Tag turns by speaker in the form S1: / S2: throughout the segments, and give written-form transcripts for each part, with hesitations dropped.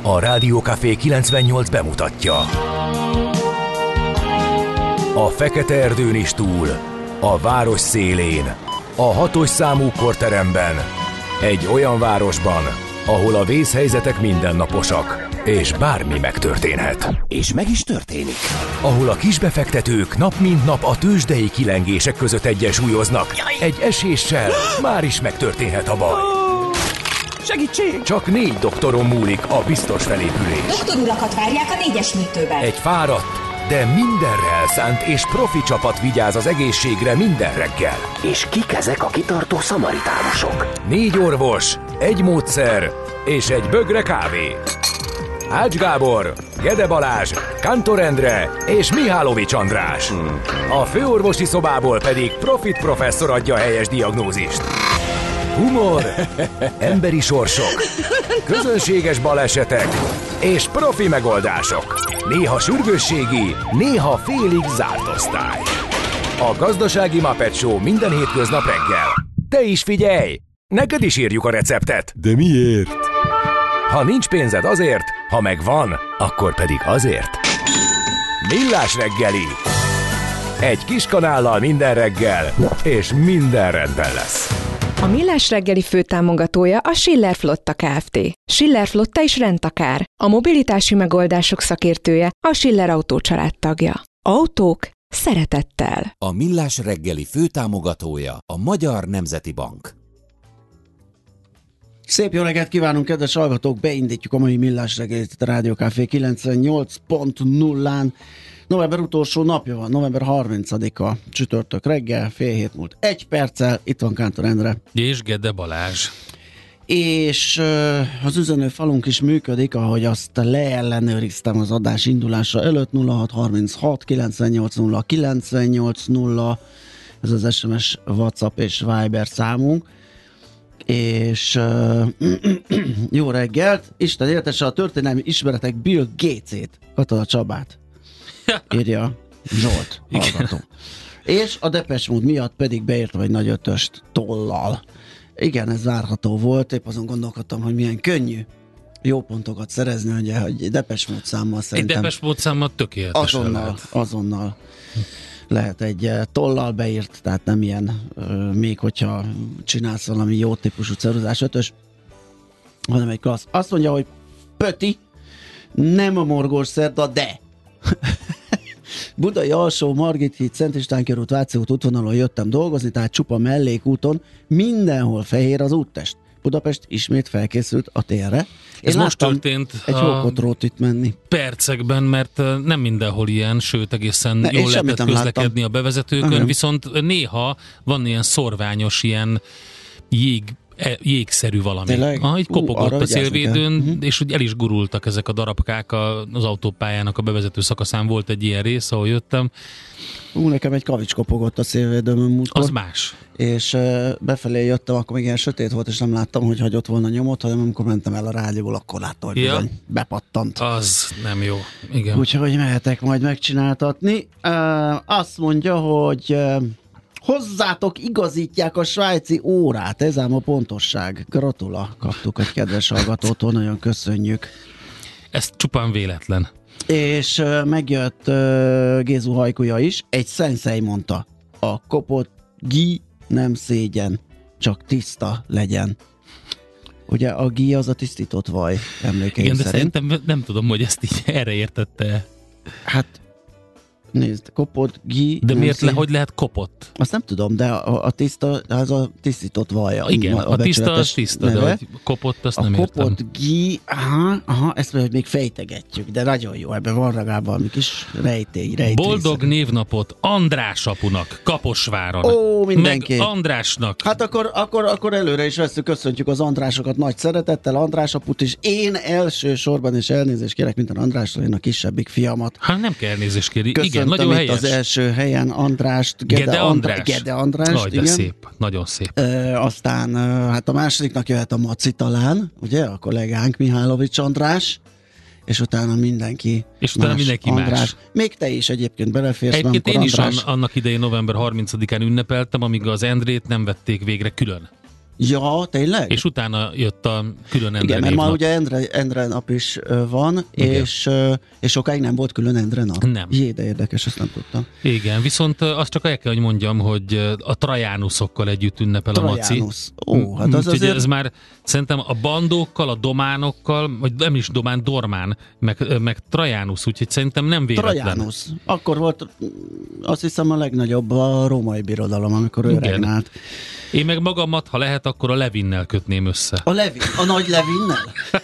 S1: A Rádió Café 98 bemutatja. A fekete erdőn is túl, a város szélén, a 6. számú korteremben, egy olyan városban, ahol a vészhelyzetek mindennaposak, és bármi megtörténhet.
S2: És meg is történik.
S1: Ahol a kisbefektetők nap mint nap a tőzsdei kilengések között egyensúlyoznak. Egy eséssel már is megtörténhet a baj.
S2: Segítség!
S1: Csak 4 doktoron múlik a biztos felépülés.
S3: Doktorulakat várják a 4-es műtőben.
S1: Egy fáradt, de mindenre elszánt és profi csapat vigyáz az egészségre minden reggel.
S2: És kik ezek a kitartó szamaritánusok?
S1: 4 orvos, egy módszer és egy bögre kávé. Ács Gábor, Gede Balázs, Kántor Endre és Mihálovics András. A főorvosi szobából pedig Profit professzor adja a helyes diagnózist. Humor, emberi sorsok, közönséges balesetek és profi megoldások. Néha sürgősségi, néha félig zárt osztály. A Gazdasági Muppet Show minden hétköznap reggel. Te is figyelj! Neked is írjuk a receptet.
S4: De miért?
S1: Ha nincs pénzed azért, ha megvan, akkor pedig azért. Millás reggeli. Egy kis kanállal minden reggel, és minden rendben lesz.
S5: A Millás reggeli főtámogatója a Schiller Flotta Kft. Schiller Flotta is rendtakár. A mobilitási megoldások szakértője, a Schiller Autó család tagja. Autók szeretettel.
S6: A Millás reggeli főtámogatója a Magyar Nemzeti Bank.
S7: Szép jó reggelt kívánunk, kedves hallgatók! Beindítjuk a mai Millás reggelit a Rádió Café 98.0-án. November utolsó napja van, november 30-a, csütörtök reggel, fél hét múlt 1 perccel, itt van Kántor Endre.
S8: És Gede Balázs.
S7: És az üzenőfalunk is működik, ahogy azt leellenőriztem az adás indulása előtt, 0636 980 980, ez az SMS, WhatsApp és Viber számunk. És jó reggelt, Isten éltesse a történelmi ismeretek Bill Gates-ét, Katona Csabát, írja Zsolt hallgató. És a Depeche Mode miatt pedig beírtam egy nagy 5-öst tollal. Igen, ez várható volt, épp azon gondolkodtam, hogy milyen könnyű jó pontokat szerezni, ugye, hogy Depeche Mode számmal szerintem.
S8: Egy Depeche Mode számmal tökéletes.
S7: Azonnal lehet egy tollal beírt, tehát nem ilyen, még hogyha csinálsz valami jó típusú ceruzás 5-ös, hanem egy klassz. Azt mondja, hogy Pöti, nem a morgós szerda, de Budai alsó, Margit híd, Szent István körút, Váci út útvonalon jöttem dolgozni, tehát csupa mellékúton, mindenhol fehér az úttest. Budapest ismét felkészült a térre.
S8: Ez most történt
S7: egy hókotrót itt menni.
S8: Percekben, mert nem mindenhol ilyen, sőt egészen jól lehetett közlekedni a bevezetőkön, viszont néha van ilyen szorványos, ilyen jégszerű valami. Így kopogott a szélvédőn, és úgy el is gurultak ezek a darabkák az autópályának a bevezető szakaszán. Volt egy ilyen rész, ahol jöttem.
S7: Nekem egy kavics kopogott a szélvédőmön múltkor.
S8: Az más.
S7: És befelé jöttem, akkor még ilyen sötét volt, és nem láttam, hogy hagyott volna nyomot, hanem amikor mentem el a rádióból, akkor láttam, hogy bepattant.
S8: Az nem jó. Igen.
S7: Úgyhogy mehetek majd megcsináltatni. Azt mondja, hogy hozzátok igazítják a svájci órát, ez ám a pontosság. Gratula, kaptuk egy kedves hallgatótól, nagyon köszönjük.
S8: Ez csupán véletlen.
S7: És megjött Gézu hajkúja is, egy szenszei mondta, a kopott gí nem szégyen, csak tiszta legyen. Ugye a gí az a tisztított vaj, emlékeim szerint.
S8: Igen, de szerintem nem tudom, hogy ezt így erre értette.
S7: Hát nézd, kopott, gí...
S8: De miért hogy lehet kopott?
S7: Azt nem tudom, de a tiszta, az a tisztított vaja.
S8: Igen, a tiszta az tiszta, neve. De hogy kopott, azt nem értem.
S7: A kopott, gí, ezt mondja, hogy még fejtegetjük, de nagyon jó, ebben van legalább valami kis rejtély.
S8: Boldog névnapot András apunak, Kaposváron.
S7: Ó, mindenki.
S8: Meg Andrásnak.
S7: Hát akkor előre is köszöntjük az Andrásokat nagy szeretettel, András aput is. Én elsősorban, és elnézést kérek minden Andrásról, én a kisebbik fiamat.
S8: Hát nem kell elnézést kérni.
S7: Igen, nagyon helyes. Az első helyen Andrást, Gede Andrást.
S8: Nagy, de szép, nagyon szép.
S7: Aztán hát a másodiknak jöhet a Maci talán, ugye, a kollégánk Mihálovics András, és utána mindenki
S8: más.
S7: Még te is egyébként beleférsz.
S8: Egyébként én András... is annak idején november 30-án ünnepeltem, amíg az Endrét nem vették végre külön.
S7: Ja, tényleg?
S8: És utána jött a külön Endre
S7: igen, mert
S8: névnap.
S7: ma ugye Endre nap is van, és sokáig nem volt külön Endre nap.
S8: Nem.
S7: Jé, de érdekes, ezt nem tudtam.
S8: Igen, viszont azt csak el kell, hogy mondjam, hogy a Trajánuszokkal együtt ünnepel a Maci.
S7: Trajánus. Ó, hát az azért...
S8: Ez már szerintem a bandókkal, a dománokkal, vagy nem is domán, Dormán, meg Trajánus, úgyhogy szerintem nem véletlen.
S7: Trajánus. Akkor volt, azt hiszem, a legnagyobb a római birodalom, amikor ő regnált.
S8: Én meg magamat, ha lehet, akkor a Levinnel kötném össze.
S7: A nagy Levinnel?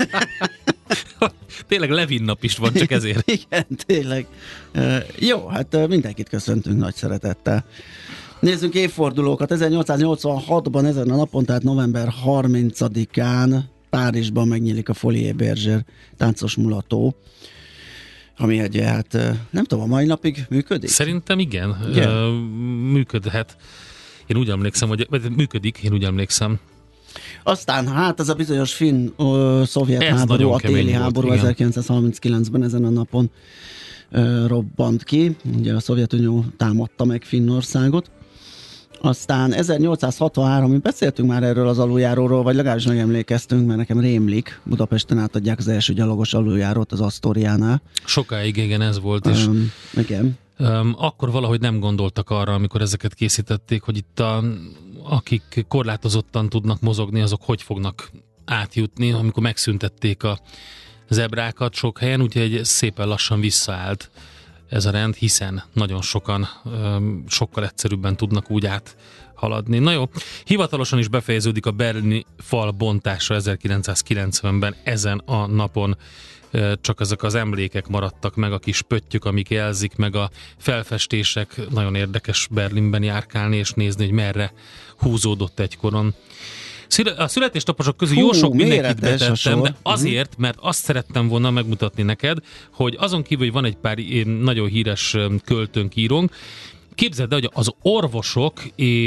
S8: Tényleg Levin nap is van, csak ezért.
S7: Igen, tényleg. Jó, hát mindenkit köszöntünk nagy szeretettel. Nézzünk évfordulókat. 1886-ban ezen a napon, tehát november 30-án Párizsban megnyílik a Folie Bergère táncos mulató, ami egy, hát nem tudom, a mai napig működik?
S8: Szerintem igen, működhet. Én úgy emlékszem, hogy működik, én úgy emlékszem.
S7: Aztán hát ez a bizonyos finn-szovjet háború, a téli háború 1939-ben ezen a napon robbant ki. Ugye a Szovjetunió támadta meg Finnországot. Aztán 1863, beszéltünk már erről az aluljáróról, vagy legalábbis megemlékeztünk, mert nekem rémlik. Budapesten átadják az első gyalogos aluljárót az Asztóriánál.
S8: Sokáig igen, ez volt is.
S7: Igen.
S8: Akkor valahogy nem gondoltak arra, amikor ezeket készítették, hogy itt akik korlátozottan tudnak mozogni, azok hogy fognak átjutni, amikor megszüntették a zebrákat sok helyen, úgyhogy szépen lassan visszaállt ez a rend, hiszen nagyon sokan sokkal egyszerűbben tudnak úgy áthaladni. Na jó, hivatalosan is befejeződik a berlini fal bontása 1990-ben ezen a napon. Csak ezek az emlékek maradtak meg, a kis pöttyök, amik jelzik, meg a felfestések. Nagyon érdekes Berlinben járkálni és nézni, hogy merre húzódott egykoron. A születésnaposok közül jó sok mindenkit betettem, de azért, mert azt szerettem volna megmutatni neked, hogy azon kívül, hogy van egy pár nagyon híres költőnk, írónk, képzeld el, hogy az orvosok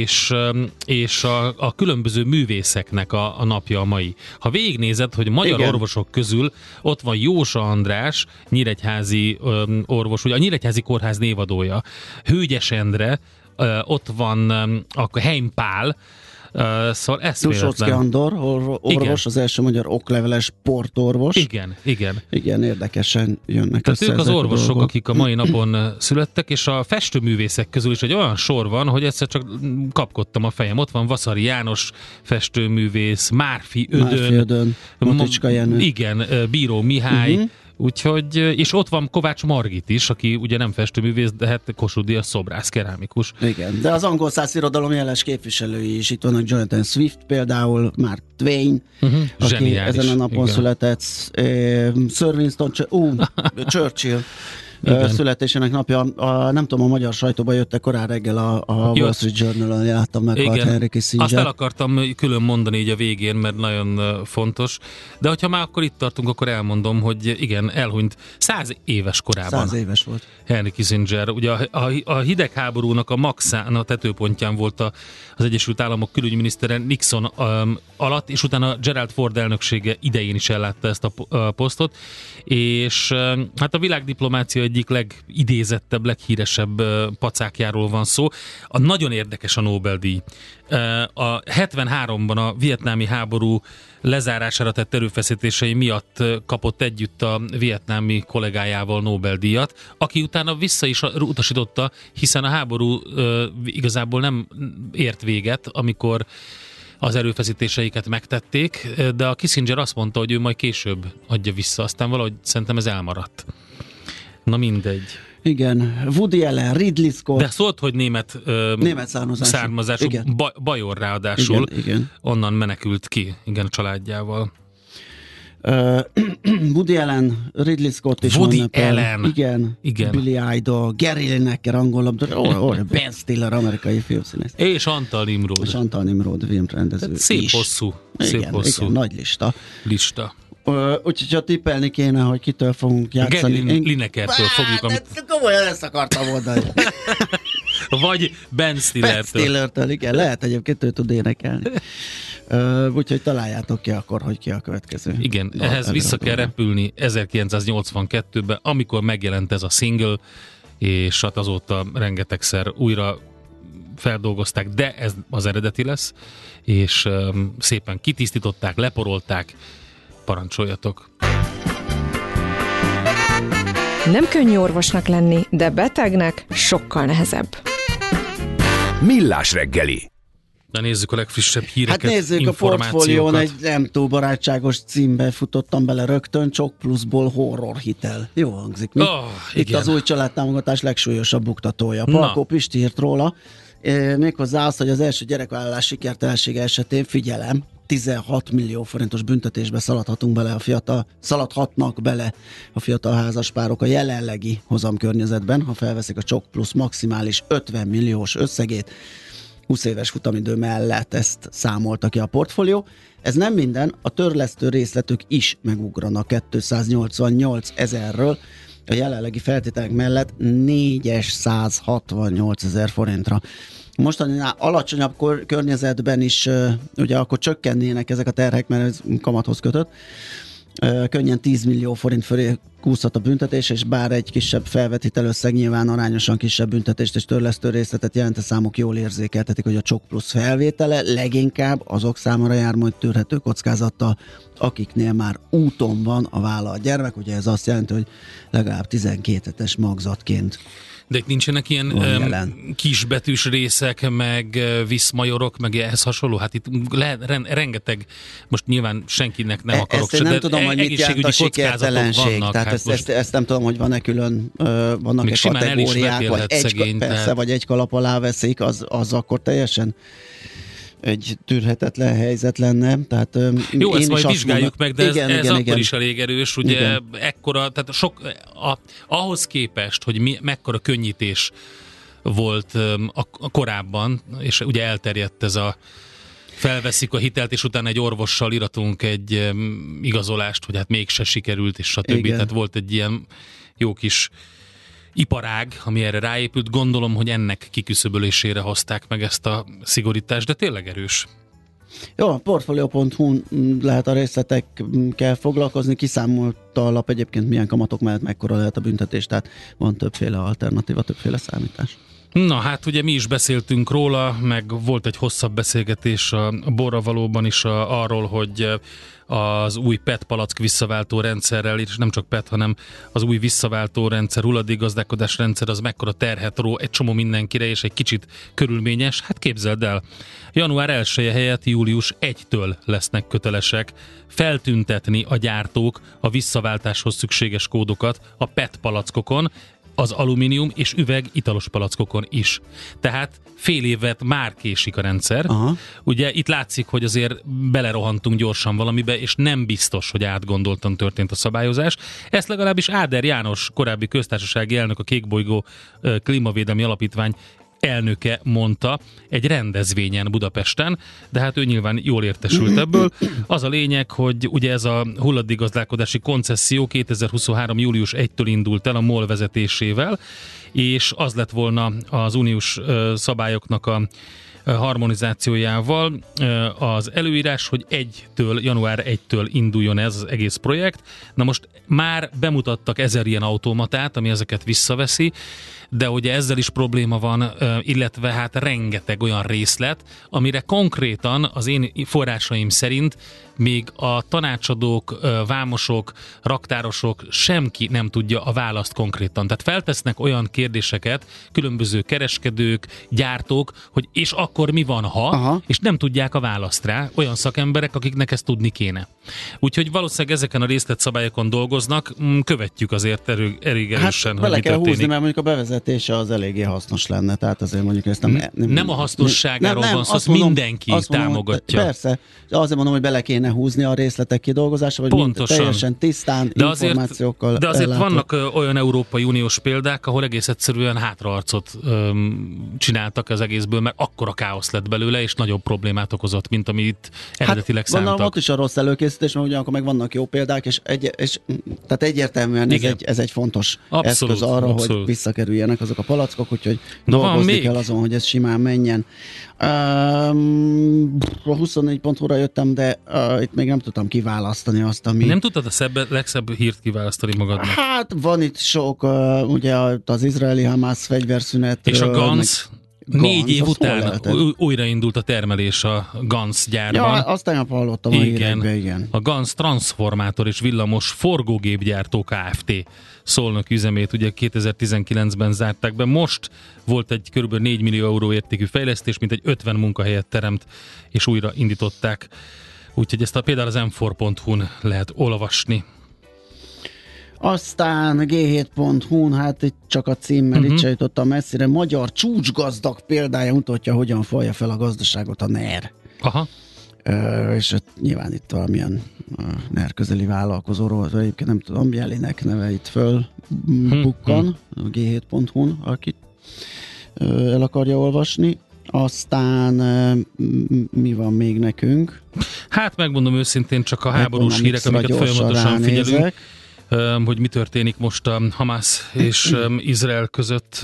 S8: és a különböző művészeknek a napja a mai. Ha végignézed, hogy magyar orvosok közül ott van Jósa András, nyíregyházi orvos, ugye a Nyíregyházi Kórház névadója, Hőgyes Endre, ott van a Heim Pál, szóval
S7: Dusocki Andor, orvos, igen. Az első magyar okleveles sportorvos.
S8: Igen.
S7: Igen, érdekesen jönnek
S8: tehát
S7: össze
S8: ők az orvosok, akik a mai napon születtek, és a festőművészek közül is egy olyan sor van, hogy egyszer csak kapkodtam a fejem. Ott van Vaszary János festőművész, Márfi Ödön,
S7: Moticska Jenő.
S8: Igen, Bíró Mihály, úgyhogy, és ott van Kovács Margit is, aki ugye nem festőművész, de hát Kossuth Díjas szobrász, kerámikus.
S7: Igen, de az angol száz irodalom jeles képviselői is. Itt vannak Jonathan Swift például, Mark Twain, aki zseniális, ezen a napon született, Sir Winston Churchill születésének napja. Nem tudom, a magyar sajtóban jöttek korán reggel a Wall Street Journal-on, láttam meg a Henry Kissinger.
S8: Azt el akartam külön mondani így a végén, mert nagyon fontos. De hogyha már akkor itt tartunk, akkor elmondom, hogy igen, elhunyt 100 éves korában.
S7: 100 éves volt.
S8: Henry Kissinger. Ugye a hidegháborúnak a maxán, a tetőpontján volt az Egyesült Államok külügyminisztere Nixon alatt, és utána Gerald Ford elnöksége idején is ellátta ezt a posztot. És hát a világdiplomácia egyik legidézettebb, leghíresebb pacákjáról van szó. Nagyon érdekes a Nobel-díj. A 73-ban a vietnámi háború lezárására tett erőfeszítései miatt kapott együtt a vietnámi kollégájával Nobel-díjat, aki utána vissza is utasította, hiszen a háború igazából nem ért véget, amikor az erőfeszítéseiket megtették, de a Kissinger azt mondta, hogy ő majd később adja vissza, aztán valahogy szerintem ez elmaradt. Na mindegy.
S7: Igen, Woody Allen, Ridley Scott.
S8: De szólt, hogy német származású, bajor ráadásul, igen. Onnan menekült ki, igen, a családjával.
S7: Woody Allen, Ridley Scott is
S8: Woody Allen.
S7: Igen. Billy Idol, Gary Lineker, angol labdarúgó, Ben Stiller, amerikai filmszínész.
S8: És Antal
S7: Nimrod, filmrendező.
S8: Szép hosszú.
S7: Igen, nagy lista. Úgyhogy ha tippelni kéne, hogy kitől fogunk játszani.
S8: Gary Linekertől fogjuk.
S7: Amit... Komolyan ezt akartam mondani.
S8: Vagy Ben Stillertől.
S7: Igen, lehet egyébként ő tud énekelni. Úgyhogy találjátok ki akkor, hogy ki a következő.
S8: Igen, ehhez vissza kell repülni 1982-ben, amikor megjelent ez a single, és hát azóta rengetegszer újra feldolgozták, de ez az eredeti lesz, és szépen kitisztították, leporolták, parancsoljatok.
S5: Nem könnyű orvosnak lenni, de betegnek sokkal nehezebb.
S1: Millás reggeli.
S8: De nézzük a legfrissebb híreket,
S7: Hát nézzük, a portfólión egy nem túl barátságos címbe futottam bele rögtön, Csok pluszból horror hitel. Jó hangzik, mi? Itt
S8: igen.
S7: az új családtámogatás legsúlyosabb buktatója. Palkó Pisti írt róla, méghozzá azt, hogy az első gyerekvállalás sikertelensége esetén, figyelem, 16 millió forintos büntetésbe szaladhatnak bele a fiatal házaspárok a jelenlegi hozamkörnyezetben, ha felveszik a Csok plusz maximális 50 milliós összegét. 20 éves futamidő mellett ezt számolta ki a portfólió. Ez nem minden, a törlesztő részletük is megugranak 288 000-ről, a jelenlegi feltételek mellett 468 000 forintra. Mostaninál alacsonyabb környezetben is ugye akkor csökkennének ezek a terhek, mert ez kamathoz kötött. Könnyen 10 millió forint fölé kúszhat a büntetés, és bár egy kisebb felvetételösszeg nyilván arányosan kisebb büntetést és törlesztő részletet jelent, a számok jól érzékeltetik, hogy a Csok plusz felvétele leginkább azok számára jár majd tűrhető kockázattal, akiknél már úton van a vállalt gyermek, ugye ez azt jelenti, hogy legalább 12 hetes magzatként.
S8: De itt nincsenek ilyen kisbetűs részek, meg viszmajorok, meg ehhez hasonló? Hát itt rengeteg, most nyilván senkinek nem akarok
S7: se, nem tudom, hogy mit jelent a sikertelenség.
S8: Vannak,
S7: tehát
S8: hát
S7: ezt nem tudom, hogy van-e külön, vannak-e kategóriák, vagy egy kalap alá veszik, az akkor teljesen egy tűrhetetlen helyzet lenne. Tehát,
S8: jó, ezt majd vizsgáljuk meg, de ez akkor is elég erős, ugye
S7: igen.
S8: Ekkora, tehát ahhoz képest, hogy mekkora könnyítés volt a korábban, és ugye elterjedt ez a felveszik a hitelt, és utána egy orvossal iratunk egy igazolást, hogy hát mégse sikerült, és stb. Igen. Tehát volt egy ilyen jó kis iparág, ami erre ráépült. Gondolom, hogy ennek kiküszöbölésére hozták meg ezt a szigorítást, de tényleg erős.
S7: Jó, a portfolio.hu lehet a részletekkel foglalkozni, kiszámolta a lap egyébként milyen kamatok mellett mekkora lehet a büntetés, tehát van többféle alternatíva, többféle számítás.
S8: Na hát ugye mi is beszéltünk róla, meg volt egy hosszabb beszélgetés a Borravalóban is arról, hogy az új PET palack visszaváltó rendszerrel, és nem csak PET, hanem az új visszaváltó rendszer, hulladékgazdálkodás rendszer, az mekkora terhet ró egy csomó mindenkire, és egy kicsit körülményes. Hát képzeld el, január 1-e helyett július 1-től lesznek kötelesek feltüntetni a gyártók a visszaváltáshoz szükséges kódokat a PET palackokon, az alumínium és üveg italos palackokon is. Tehát fél évet már késik a rendszer. Aha. Ugye itt látszik, hogy azért belerohantunk gyorsan valamibe, és nem biztos, hogy átgondoltan történt a szabályozás. Ezt legalábbis Áder János, korábbi köztársasági elnök, a Kékbolygó Klímavédelmi Alapítvány elnöke mondta egy rendezvényen Budapesten, de hát ő nyilván jól értesült ebből. Az a lényeg, hogy ugye ez a hulladékgazdálkodási koncesszió 2023. július 1-től indult el a MOL vezetésével, és az lett volna az uniós szabályoknak a harmonizációjával az előírás, hogy január 1-től induljon ez az egész projekt. Na most már bemutattak 1000 ilyen automatát, ami ezeket visszaveszi, de ugye ezzel is probléma van, illetve hát rengeteg olyan részlet, amire konkrétan az én forrásaim szerint még a tanácsadók, vámosok, raktárosok, senki nem tudja a választ konkrétan. Tehát feltesznek olyan kérdéseket, különböző kereskedők, gyártók, hogy és akkor mi van, ha, aha, és nem tudják a választ rá, olyan szakemberek, akiknek ezt tudni kéne. Úgyhogy valószínűleg ezeken a részletszabályokon dolgoznak, követjük azért elég erősen,
S7: hát, hogy mi történik. Húzni, mert mondjuk a bevezetése az eléggé hasznos lenne, tehát azért mondjuk ezt
S8: nem a hasznosságáról van szó, azt mindenki támogatja.
S7: Persze, azért mondom, hogy bele kéne húzni a részletek kidolgozása, vagy teljesen tisztán információkkal
S8: de azért vannak olyan Európai Uniós példák, ahol egész egyszerűen hátraarcot csináltak az egészből, mert akkora káosz lett belőle, és nagyobb problémát okozott, mint ami itt eredetileg szántak.
S7: Gondolom, ott is a rossz előkészítés, mert ugyanakkor meg vannak jó példák, és tehát egyértelműen ez egy fontos eszköz arra, hogy visszakerüljenek azok a palackok, úgyhogy dolgozni kell azon, hogy ez simán menjen. A 24.hu-ra jöttem, de itt még nem tudtam kiválasztani azt, ami...
S8: Nem tudtad a legszebb hírt kiválasztani magadnak?
S7: Hát van itt sok, ugye az izraeli Hamász fegyverszünet.
S8: És a Gans? 4 év
S7: azt hol
S8: után
S7: lehetett?
S8: újraindult a termelés a Ganz gyárban.
S7: Ja, azt tegnap hallottam a hírekben, igen.
S8: A Ganz Transformátor és Villamos Forgógépgyártó Kft. Szolnok üzemét ugye 2019-ben zárták be. Most volt egy kb. 4 millió euró értékű fejlesztés, mint egy 50 munkahelyet teremt, és újra indították. Úgyhogy ezt például az m4.hu-n lehet olvasni.
S7: Aztán G7.hu-n, hát itt csak a címmel itt se jutottam messzire. Magyar csúcsgazdag példája mutatja, hogyan falja fel a gazdaságot a NER.
S8: Aha.
S7: És nyilván itt valamilyen NER közeli vállalkozóról, egyébként nem tudom, Jelinek neve itt föl bukkan, a G7.hu-n, akit el akarja olvasni. Aztán mi van még nekünk?
S8: Hát megmondom őszintén, csak a háborús hírek, amiket folyamatosan figyelünk, hogy mi történik most a Hamász és Izrael között.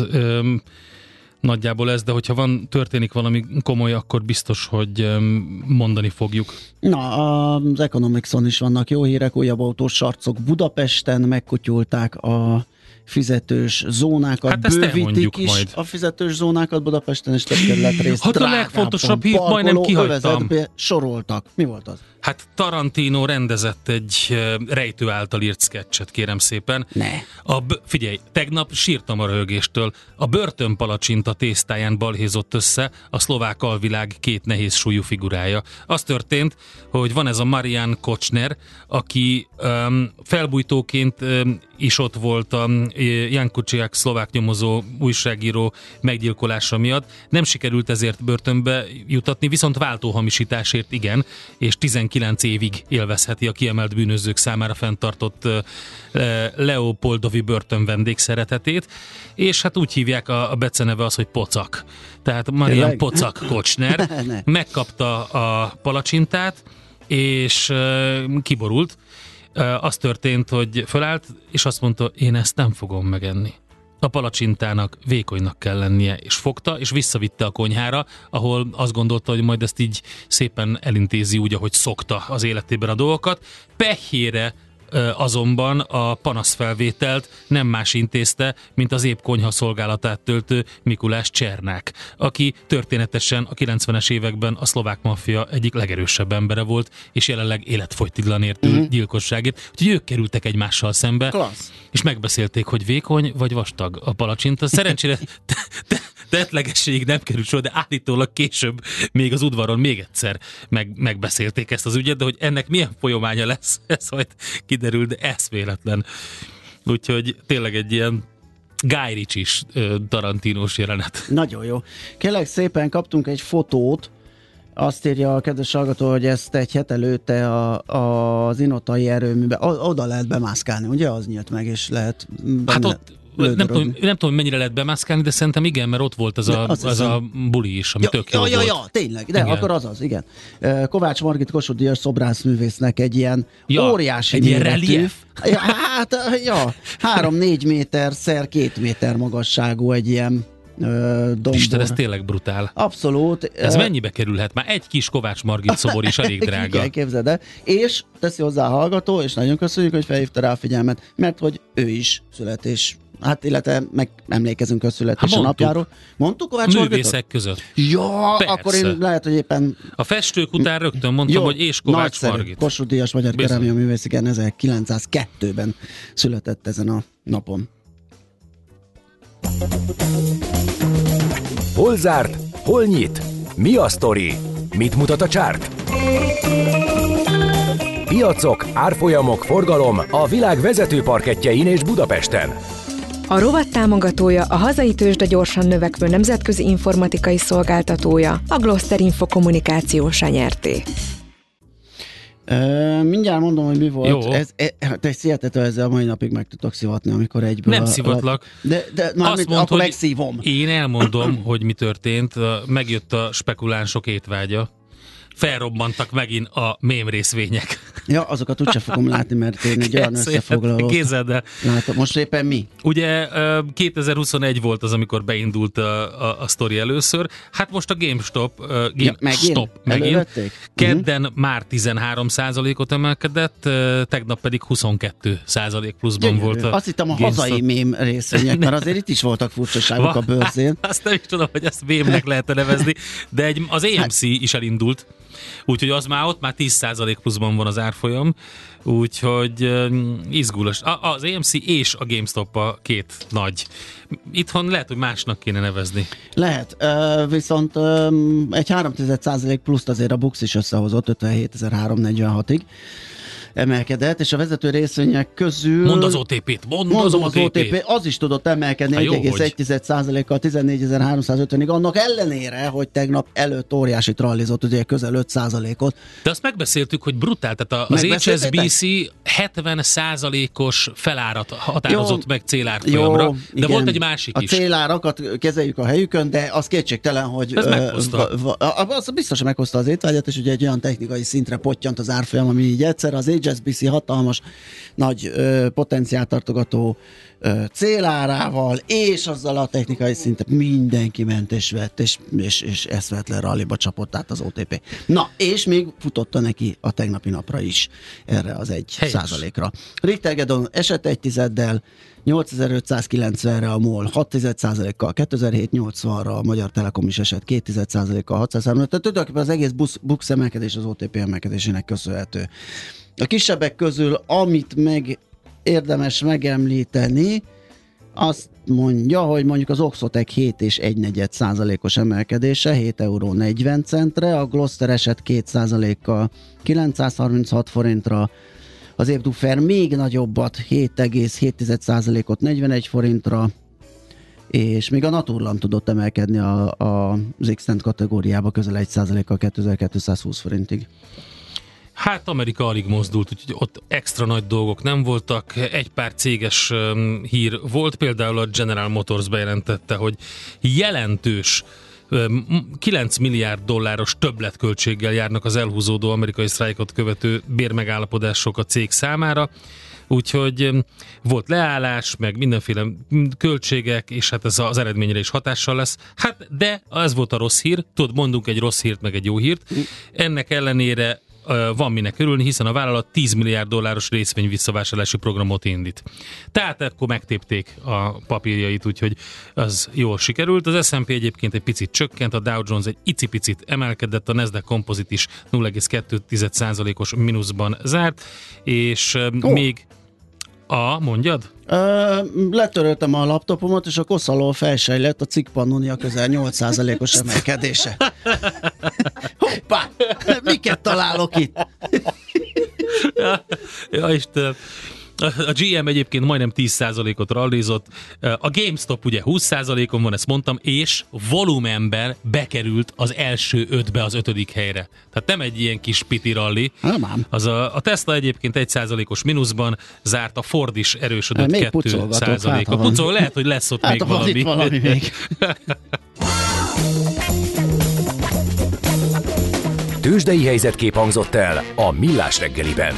S8: Nagyjából ez, de hogyha történik valami komoly, akkor biztos, hogy mondani fogjuk. Na,
S7: az Economics-on is vannak jó hírek, újabb autós sarcok Budapesten, megkutyulták a fizetős zónákat,
S8: hát
S7: bővítik is
S8: majd.
S7: A fizetős zónákat Budapesten, és több kerületrészt
S8: hát a legfontosabb hír, majdnem kihagytam.
S7: Soroltak. Mi volt az?
S8: Hát Tarantino rendezett egy rejtő által írt sketchet, kérem szépen.
S7: Ne.
S8: Figyelj, tegnap sírtam a röhögéstől. A börtönpalacsinta tésztáján balhézott össze a szlovák alvilág 2 nehéz súlyú figurája. Az történt, hogy van ez a Marian Kocsner, aki felbújtóként is ott volt a Jan Kuciak szlovák nyomozó újságíró meggyilkolása miatt. Nem sikerült ezért börtönbe jutatni, viszont váltóhamisításért igen, és 19 évig élvezheti a kiemelt bűnözők számára fenntartott Leopoldovi börtön vendégszeretetét, és hát úgy hívják a beceneve az, hogy Pocak. Tehát Marian Pocak Kocsner megkapta a palacsintát, és kiborult. Az történt, hogy fölállt, és azt mondta, én ezt nem fogom megenni. A palacsintának vékonynak kell lennie, és fogta, és visszavitte a konyhára, ahol azt gondolta, hogy majd ezt így szépen elintézi úgy, ahogy szokta az életében a dolgokat. Pehjére azonban a panaszfelvételt nem más intézte, mint az épp konyha szolgálatát töltő Mikulás Csernák, aki történetesen a 90-es években a szlovák maffia egyik legerősebb embere volt, és jelenleg életfogytiglan ért gyilkosságért. Úgyhogy ők kerültek egymással szembe,
S7: klassz. És
S8: megbeszélték, hogy vékony vagy vastag a palacsinta. Szerencsére tettlegességig nem került sor, de állítólag később még az udvaron még egyszer megbeszélték ezt az ügyet, de hogy ennek milyen folyamánya lesz, ez majd kiderül, de eszméletlen. Úgyhogy tényleg egy ilyen Guy Ritchie-s Tarantinós jelenet.
S7: Nagyon jó. Kérlek szépen, kaptunk egy fotót, azt írja a kedves hallgató, hogy ezt egy hete lőtte az inotai erőműbe. Oda lehet bemászkálni, ugye? Az nyílt meg, és lehet benne.
S8: Hát ott nem tudom, mennyire lehet bemászkálni, de szerintem igen, mert ott volt az a buli is, ami tök jó volt.
S7: Ja, tényleg, de igen. Akkor az, igen. Kovács Margit Kossuth Díjas szobrászművésznek egy ilyen óriási
S8: egy ilyen relief.
S7: Ja, hát, 3-4 méter szer 2 méter magasságú egy ilyen dombor.
S8: Isten, ez tényleg brutál.
S7: Abszolút.
S8: Ez mennyibe kerülhet? Már egy kis Kovács Margit szobor is elég drága.
S7: Igen, képzeld el. És teszi hozzá a hallgató, és nagyon köszönjük, hogy felhívta rá a figyelmet, mert hogy ő is születés. Hát, illetve emlékezünk a születési napjáról. Mondtuk Kovács Margitot?
S8: Művészek között.
S7: Ja, persze. Akkor én lehet, hogy éppen...
S8: A festők után rögtön mondtam, hogy és Kovács Margit.
S7: Kossuth Díjas magyar kerámia művész, igen, 1902-ben született ezen a napon.
S1: Hol zárt? Hol nyit? Mi a sztori? Mit mutat a csárt? Piacok, árfolyamok, forgalom a világ vezető parkettjein és Budapesten.
S5: A rovat támogatója, a hazai tőzsde gyorsan növekvő nemzetközi informatikai szolgáltatója, a Gloster Info kommunikációs nyerté.
S7: Mindjárt mondom, hogy mi volt.
S8: Jó.
S7: Te hihetető, ezzel a mai napig meg tudok szivatni, amikor egyből...
S8: Nem szivatlak.
S7: De
S8: azt mondd,
S7: akkor megszívom.
S8: Én elmondom, hogy mi történt. Megjött a spekulánsok étvágya. felrobbantak megint a mém részvények.
S7: Ja, azokat úgyse fogom látni, mert én egy olyan összefoglalót látom. Most éppen mi?
S8: Ugye 2021 volt az, amikor beindult a sztori először. Hát most a GameStop megint. Kedden már 13%-ot emelkedett, tegnap pedig 22% pluszban volt a
S7: Azt hittem a hazai mém részvények, mert azért itt is voltak furcsaságok a bőrzén.
S8: Azt nem is tudom, hogy ezt mémnek lehet nevezni, de az AMC is elindult. Úgyhogy az már ott már 10% pluszban van az árfolyam, úgyhogy izgulos. Az AMC és a GameStop a két nagy. Itthon lehet, hogy másnak kéne nevezni.
S7: Lehet, viszont egy 3% pluszt azért a Bux is összehozott 57.346-ig. Emelkedett, és a vezető részvények közül...
S8: Mondd az OTP-t, mondd az OTP-t.
S7: Az is tudott emelkedni 1,1%-kal 14.350-ig, annak ellenére, hogy tegnap előtt óriási trallizott, ugye közel 5%-ot.
S8: De azt megbeszéltük, hogy brutál, tehát az HSBC 70%-os felárat határozott meg célárfolyamra, de igen, volt egy másik is.
S7: A célárakat kezeljük a helyükön, de az kétségtelen, hogy...
S8: Ez meghozta.
S7: Az biztosan meghozta az étvágyat, és ugye egy olyan technikai szintre pottyant az árfolyam, ami így egyszer az HSBC hatalmas nagy potenciált tartogató célárával, és azzal a technikai szinten mindenki ment és vett, és eszvetlen ralliba csapott át az OTP. Na, és még futotta neki a tegnapi napra is erre az 1%-ra. Richter Gedon esett 1,1-del, 8590-re a MOL 6,1%-kal, 2780-ra a Magyar Telekom is esett 2,1%-kal, 603-ra. Tehát tulajdonképpen az egész Bux emelkedés az OTP emelkedésének köszönhető. A kisebbek közül, amit érdemes megemlíteni, azt mondja, hogy mondjuk az Oxotec 7,1%-os emelkedése, 7,40 euró, a Gloster esett 2%-kal 936 forintra, az Ébdufer még nagyobbat, 7,7%-ot 41 forintra, és még a Naturland tudott emelkedni az X-Tent kategóriába közel 1%-kal 2220 forintig.
S8: Hát Amerika alig mozdult, úgyhogy ott extra nagy dolgok nem voltak. Egy pár céges hír volt, például a General Motors bejelentette, hogy jelentős 9 milliárd dolláros többletköltséggel járnak az elhúzódó amerikai sztrájkot követő bérmegállapodások a cég számára. Úgyhogy volt leállás, meg mindenféle költségek, és hát ez az eredményre is hatással lesz. Hát de ez volt a rossz hír, tudod, mondunk egy rossz hírt, meg egy jó hírt. Ennek ellenére van minek örülni, hiszen a vállalat 10 milliárd dolláros részvény visszavásárlási programot indít. Tehát akkor megtépték a papírjait, úgyhogy az jól sikerült. Az S&P egyébként egy picit csökkent, a Dow Jones egy icipicit emelkedett, a Nasdaq Composite is 0,2%-os mínuszban zárt, és még mondjad?
S7: Letöröltem a laptopomat, és a kosz alól felsejlett a cikk Pannonia közel 8%-os emelkedése. Hoppá! Miket találok itt?
S8: Ja, Istenem. A GM egyébként majdnem 10%-ot rallizott, a GameStop ugye 20%-on van, ezt mondtam, és volumenben bekerült az első 5-be az 5. helyre. Tehát nem egy ilyen kis piti ralli. Az a Tesla egyébként 1%-os mínuszban zárt, a Ford is erősödött 2%-a. Pucol, lehet, hogy lesz ott még valami.
S7: Még.
S1: Tőzsdei helyzetkép hangzott el a Millás reggeliben.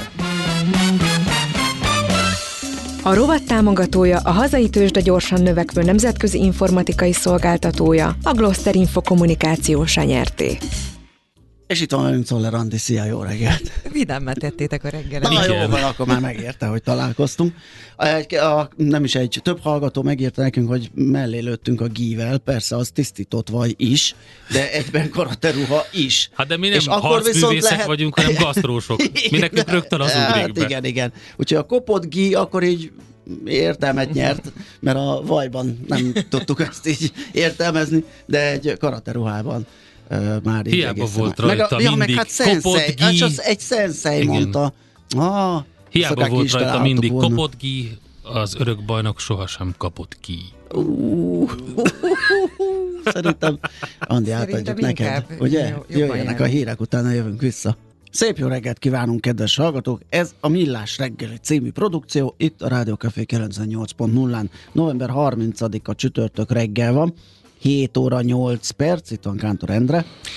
S5: A rovat támogatója, a hazai tőzsde gyorsan növekvő nemzetközi informatikai szolgáltatója, a Gloster Info Kommunikációs nyerté.
S7: És itt van velünk Czoller Andi, szia, jó reggelt!
S4: Vidámmá tettétek a reggelet.
S7: Na jó, van, akkor már megérte, hogy találkoztunk. Nem is egy, több hallgató megérte nekünk, hogy mellé lőttünk a gível, persze az tisztított vaj is, de egyben karateruha is.
S8: Hát de mi nem harcművészek vagyunk, hanem gasztrósok. Mi nekünk rögtön az ugrik be.
S7: Igen. Úgyhogy a kopott gí akkor így értelmet nyert, mert a vajban nem tudtuk ezt így értelmezni, de egy karateruhában már így
S8: hiába volt rajta mindig kopott gí.
S7: Egy szenszei mondta.
S8: Hiába volt rajta mindig kopott gí, az örök bajnok sohasem kapott ki.
S7: Szerintem, Andi, átadjuk neked. Ugye? Jöjjenek a hírek, utána jövünk vissza. Szép jó reggelt kívánunk, kedves hallgatók! Ez a Millás reggeli című produkció, itt a Rádió Café 98.0-án. November 30-a csütörtök reggel van, 7 óra 8 perc, itt van Kántor Endre.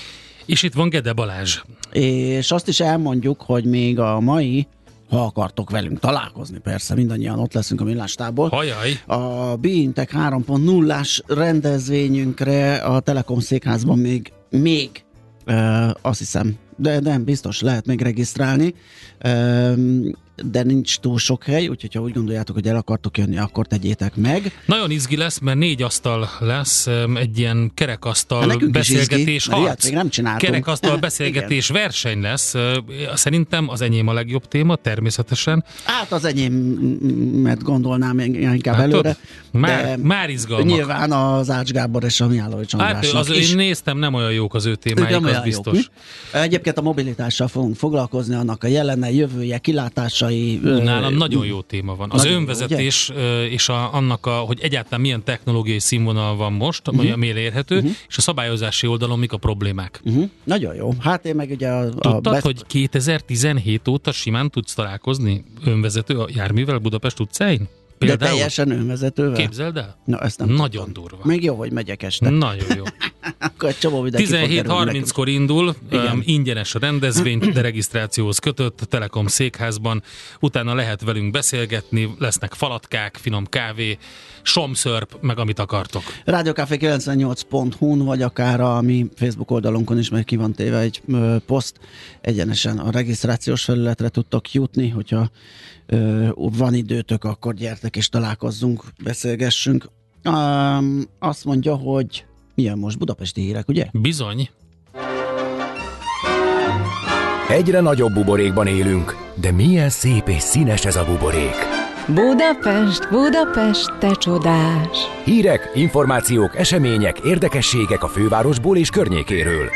S8: És itt van Gede Balázs.
S7: És azt is elmondjuk, hogy még a mai, ha akartok velünk találkozni, persze, mindannyian ott leszünk a Millástából.
S8: Hajaj!
S7: A BeInTech 3.0-ás rendezvényünkre a Telekom székházban még azt hiszem, de nem biztos, lehet még regisztrálni, de nincs túl sok hely, úgyhogy ha úgy gondoljátok, hogy el akartok jönni, akkor tegyétek meg.
S8: Nagyon izgi lesz, mert 4 asztal lesz, egy ilyen kerekasztal beszélgetés harc. Kerekasztal beszélgetés verseny lesz. Szerintem az enyém a legjobb téma, természetesen.
S7: Hát az enyémet gondolnám inkább előre.
S8: Már izgalmak.
S7: Nyilván az Ács Gábor és a Mihálovics Andrásnak
S8: is. Én néztem, nem olyan jók az ő témáik, az biztos.
S7: Jók, egyébként a mobilitással fogunk foglalkozni, annak a jelene, jövője, kilátásai.
S8: Nálam nagyon jó téma van. Az önvezetés és annak, hogy egyáltalán milyen technológiai színvonal van most, ami elérhető, és a szabályozási oldalon mik a problémák.
S7: Nagyon jó. Hát én meg ugye
S8: Tudtad, hogy 2017 óta simán tudsz találkozni önvezető járművel Budapest utcáin? Például?
S7: De teljesen önvezetővel?
S8: Képzeld el?
S7: Na, ezt nem
S8: nagyon
S7: tudtam.
S8: Durva.
S7: Még jó, hogy megyek este.
S8: Nagyon jó.
S7: Akkor egy csomó mindenki
S8: 17:30-kor indul, ingyenes a rendezvény, de regisztrációhoz kötött a Telekom székházban. Utána lehet velünk beszélgetni, lesznek falatkák, finom kávé, somszörp, meg amit akartok.
S7: Rádiókafé 98.hu-n, vagy akár a mi Facebook oldalunkon is, mert ki van téve egy poszt. Egyenesen a regisztrációs felületre tudtok jutni, hogyha van időtök, akkor gyertek és találkozzunk, beszélgessünk. Azt mondja, hogy milyen most budapesti hírek, ugye?
S8: Bizony.
S1: Egyre nagyobb buborékban élünk, de milyen szép és színes ez a buborék.
S5: Budapest, Budapest, te csodás!
S1: Hírek, információk, események, érdekességek a fővárosból és környékéről.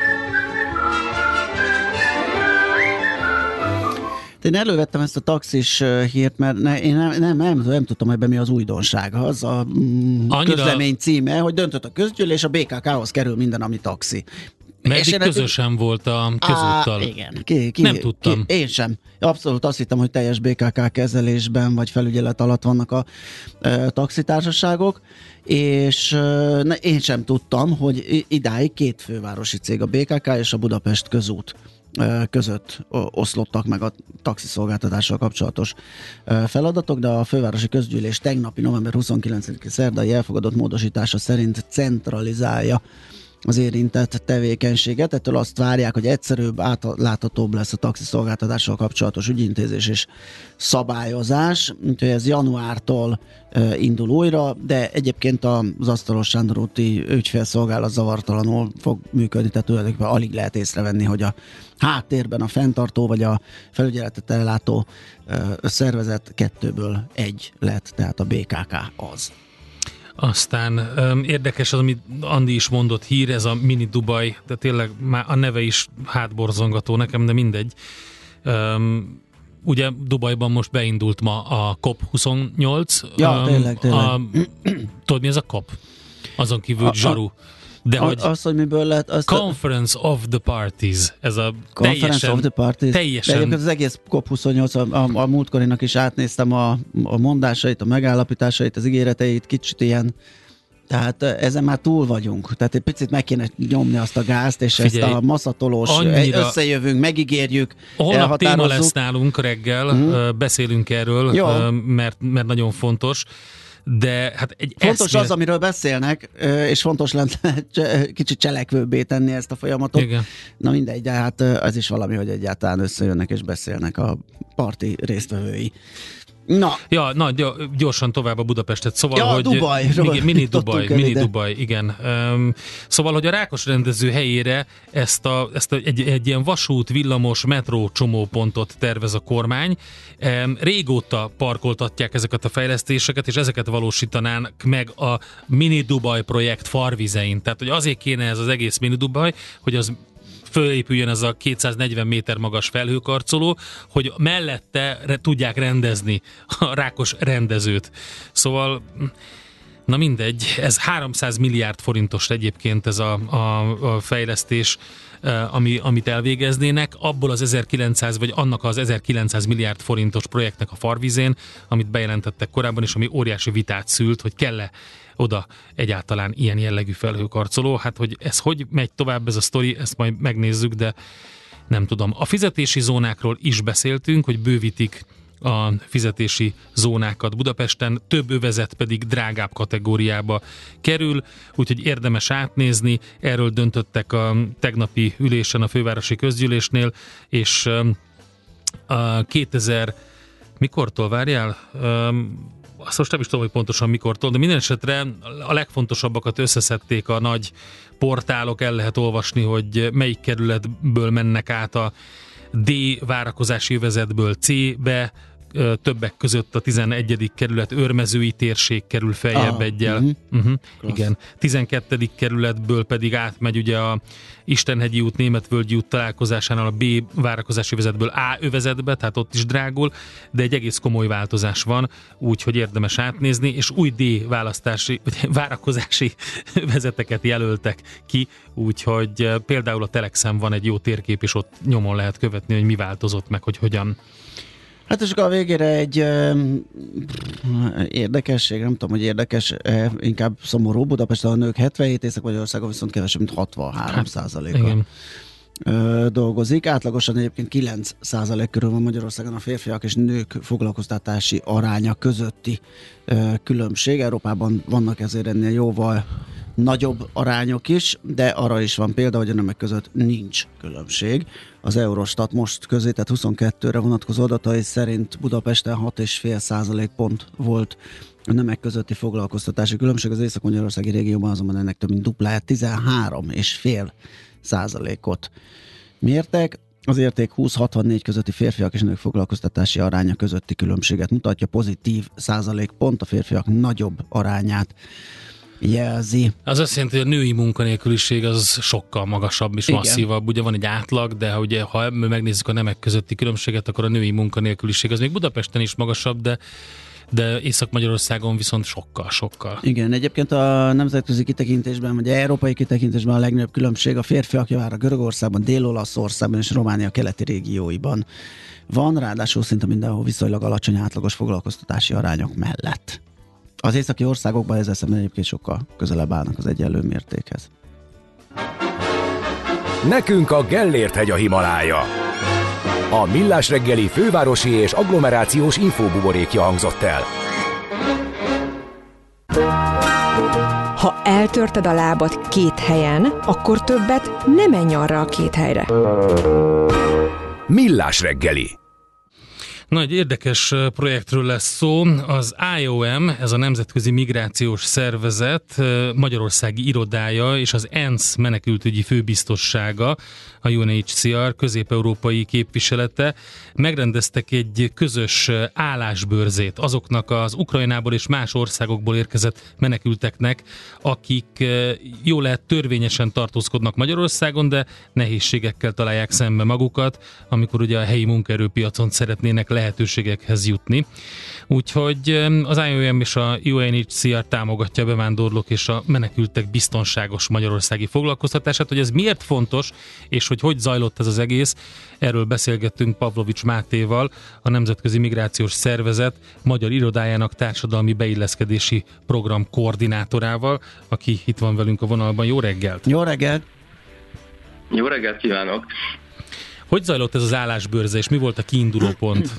S7: Én elővettem ezt a taxis hírt, mert én nem tudtam, ebben mi az újdonság. Az a közlemény címe, hogy döntött a közgyűlés, a BKK-hoz kerül minden, ami taxi.
S8: Meddig közösen volt a közúttal.
S7: Igen.
S8: Nem tudtam.
S7: Én sem. Abszolút azt hittem, hogy teljes BKK kezelésben vagy felügyelet alatt vannak a taxitársaságok, és én sem tudtam, hogy idáig 2 fővárosi cég, a BKK és a Budapest közút között oszlottak meg a taxiszolgáltatással kapcsolatos feladatok, de a fővárosi közgyűlés tegnapi november 29-i szerdai elfogadott módosítása szerint centralizálja az érintett tevékenységet. Ettől azt várják, hogy egyszerűbb, átláthatóbb lesz a taxiszolgáltatással kapcsolatos ügyintézés és szabályozás. Úgyhogy ez januártól indul újra, de egyébként az Asztalos Sándor úti ügyfélszolgálat zavartalanul fog működni, tehát tulajdonképpen alig lehet észrevenni, hogy a háttérben a fenntartó vagy a felügyeletet ellátó szervezet 2-ből 1 lett, tehát a BKK az.
S8: Aztán érdekes az, amit Andi is mondott, hír, ez a Mini Dubaj, de tényleg már a neve is hátborzongató nekem, de mindegy. Ugye Dubajban most beindult ma a COP28.
S7: Ja, tényleg.
S8: Tudod, mi ez a COP? Azon kívül zsaru. De
S7: hogy miből lett?
S8: Conference of the Parties. Ez a
S7: Conference of the Parties.
S8: Teljesen.
S7: De egyébként az egész COP28, a múltkorinak is átnéztem a mondásait, a megállapításait, az ígéreteit, kicsit ilyen, tehát ezen már túl vagyunk. Tehát egy picit meg kéne nyomni azt a gázt, és figyelj, ezt a maszatolós, összejövünk, megígérjük,
S8: holnap téma lesz nálunk reggel, beszélünk erről, mert nagyon fontos. De hát
S7: fontos az, amiről beszélnek, és fontos lenne kicsit cselekvőbbé tenni ezt a folyamatot.
S8: Igen.
S7: Na mindegy, de hát ez is valami, hogy egyáltalán összejönnek és beszélnek a parti résztvevői.
S8: Na, gyorsan tovább a Budapestet. Szóval, hogy
S7: Dubajról
S8: Mini Dubaj, igen. Szóval, hogy a Rákos rendező helyére ezt egy ilyen vasút, villamos, metró csomópontot tervez a kormány. Régóta parkoltatják ezeket a fejlesztéseket, és ezeket valósítanánk meg a Mini Dubaj projekt farvizein. Tehát, hogy azért kéne ez az egész Mini Dubaj, hogy az fölépüljön ez a 240 méter magas felhőkarcoló, hogy mellette tudják rendezni a Rákos rendezőt. Szóval Na mindegy, ez 300 milliárd forintos egyébként ez a fejlesztés, amit elvégeznének, abból az 1900 vagy annak az 1900 milliárd forintos projektnek a farvizén, amit bejelentettek korábban, és ami óriási vitát szült, hogy kell-e oda egyáltalán ilyen jellegű felhőkarcoló. Hát, hogy ez hogy megy tovább ez a sztori, ezt majd megnézzük, de nem tudom. A fizetési zónákról is beszéltünk, hogy bővítik a fizetési zónákat Budapesten, több övezet pedig drágább kategóriába kerül, úgyhogy érdemes átnézni. Erről döntöttek a tegnapi ülésen a fővárosi közgyűlésnél, és a 2000 mikortól várjál? Azt most nem is tudom, hogy pontosan mikortól, de minden esetre a legfontosabbakat összeszedték a nagy portálok, el lehet olvasni, hogy melyik kerületből mennek át a D várakozási övezetből C-be, többek között a 11. kerület őrmezői térség kerül feljebb egyel. Igen. 12. kerületből pedig átmegy ugye a Istenhegyi út, Németvölgyi út találkozásánál a B várakozási övezetből A övezetbe, tehát ott is drágul, de egy egész komoly változás van, úgyhogy érdemes átnézni, és új D várakozási övezeteket jelöltek ki, úgyhogy például a Telexen van egy jó térkép, és ott nyomon lehet követni, hogy mi változott meg, hogy hogyan.
S7: Hát és akkor a végére egy érdekesség, nem tudom, hogy érdekes, inkább szomorú. Budapesten a nők 77, Észak-Magyarországon viszont kevesebb, mint 63%-a dolgozik. Átlagosan egyébként 9% körül van Magyarországon a férfiak és nők foglalkoztatási aránya közötti különbség. Európában vannak ezért ennél jóval nagyobb arányok is, de arra is van példa, hogy a nemek között nincs különbség. Az Eurostat most közzétett 22-re vonatkozó adatai szerint Budapesten 6,5% pont volt a nemek közötti foglalkoztatási különbség, az észak-magyarországi régióban azonban ennek több mint dupláját, 13,5%-ot mértek. Az érték 20-64 közötti férfiak és nők foglalkoztatási aránya közötti különbséget mutatja, pozitív százalékpont, a férfiak nagyobb arányát jelzi.
S8: Az azt jelenti, hogy a női munkanélküliség az sokkal magasabb és masszívabb. Ugye van egy átlag, de ugye, ha megnézzük a nemek közötti különbséget, akkor a női munkanélküliség az még Budapesten is magasabb, de Észak-Magyarországon viszont sokkal.
S7: Igen, egyébként a nemzetközi kitekintésben, vagy európai kitekintésben a legnagyobb különbség a férfiak javára Görögországban, Dél-Olaszországban és Románia keleti régióiban van, ráadásul szinte mindenhol viszonylag alacsony átlagos foglalkoztatási arányok mellett. Az északi országokban ezzel szemben egyébként sokkal közelebb állnak az egyenlő mértékhez.
S1: Nekünk a Gellért-hegy a Himalája. A Millás reggeli fővárosi és agglomerációs infóbuborékja hangzott el.
S5: Ha eltörted a lábad 2 helyen, akkor többet ne menj arra a 2 helyre.
S1: Millás reggeli.
S8: Na, egy érdekes projektről lesz szó. Az IOM, ez a Nemzetközi Migrációs Szervezet magyarországi irodája és az ENSZ menekültügyi főbiztossága, a UNHCR közép-európai képviselete megrendeztek egy közös állásbőrzét azoknak az Ukrajnából és más országokból érkezett menekülteknek, akik jól lehet törvényesen tartózkodnak Magyarországon, de nehézségekkel találják szembe magukat, amikor ugye a helyi munkaerőpiacon szeretnének lehetőségekhez jutni. Úgyhogy az IOM és a UNHCR támogatja a bevándorlók és a menekültek biztonságos magyarországi foglalkoztatását. Hogy ez miért fontos, és hogy zajlott ez az egész, erről beszélgettünk Pavlovics Mátéval, a Nemzetközi Migrációs Szervezet magyar irodájának társadalmi beilleszkedési program koordinátorával, aki itt van velünk a vonalban. Jó reggelt!
S7: Jó reggelt!
S9: Jó reggelt kívánok!
S8: Hogy zajlott ez az állásbőrze, és mi volt a kiinduló pont?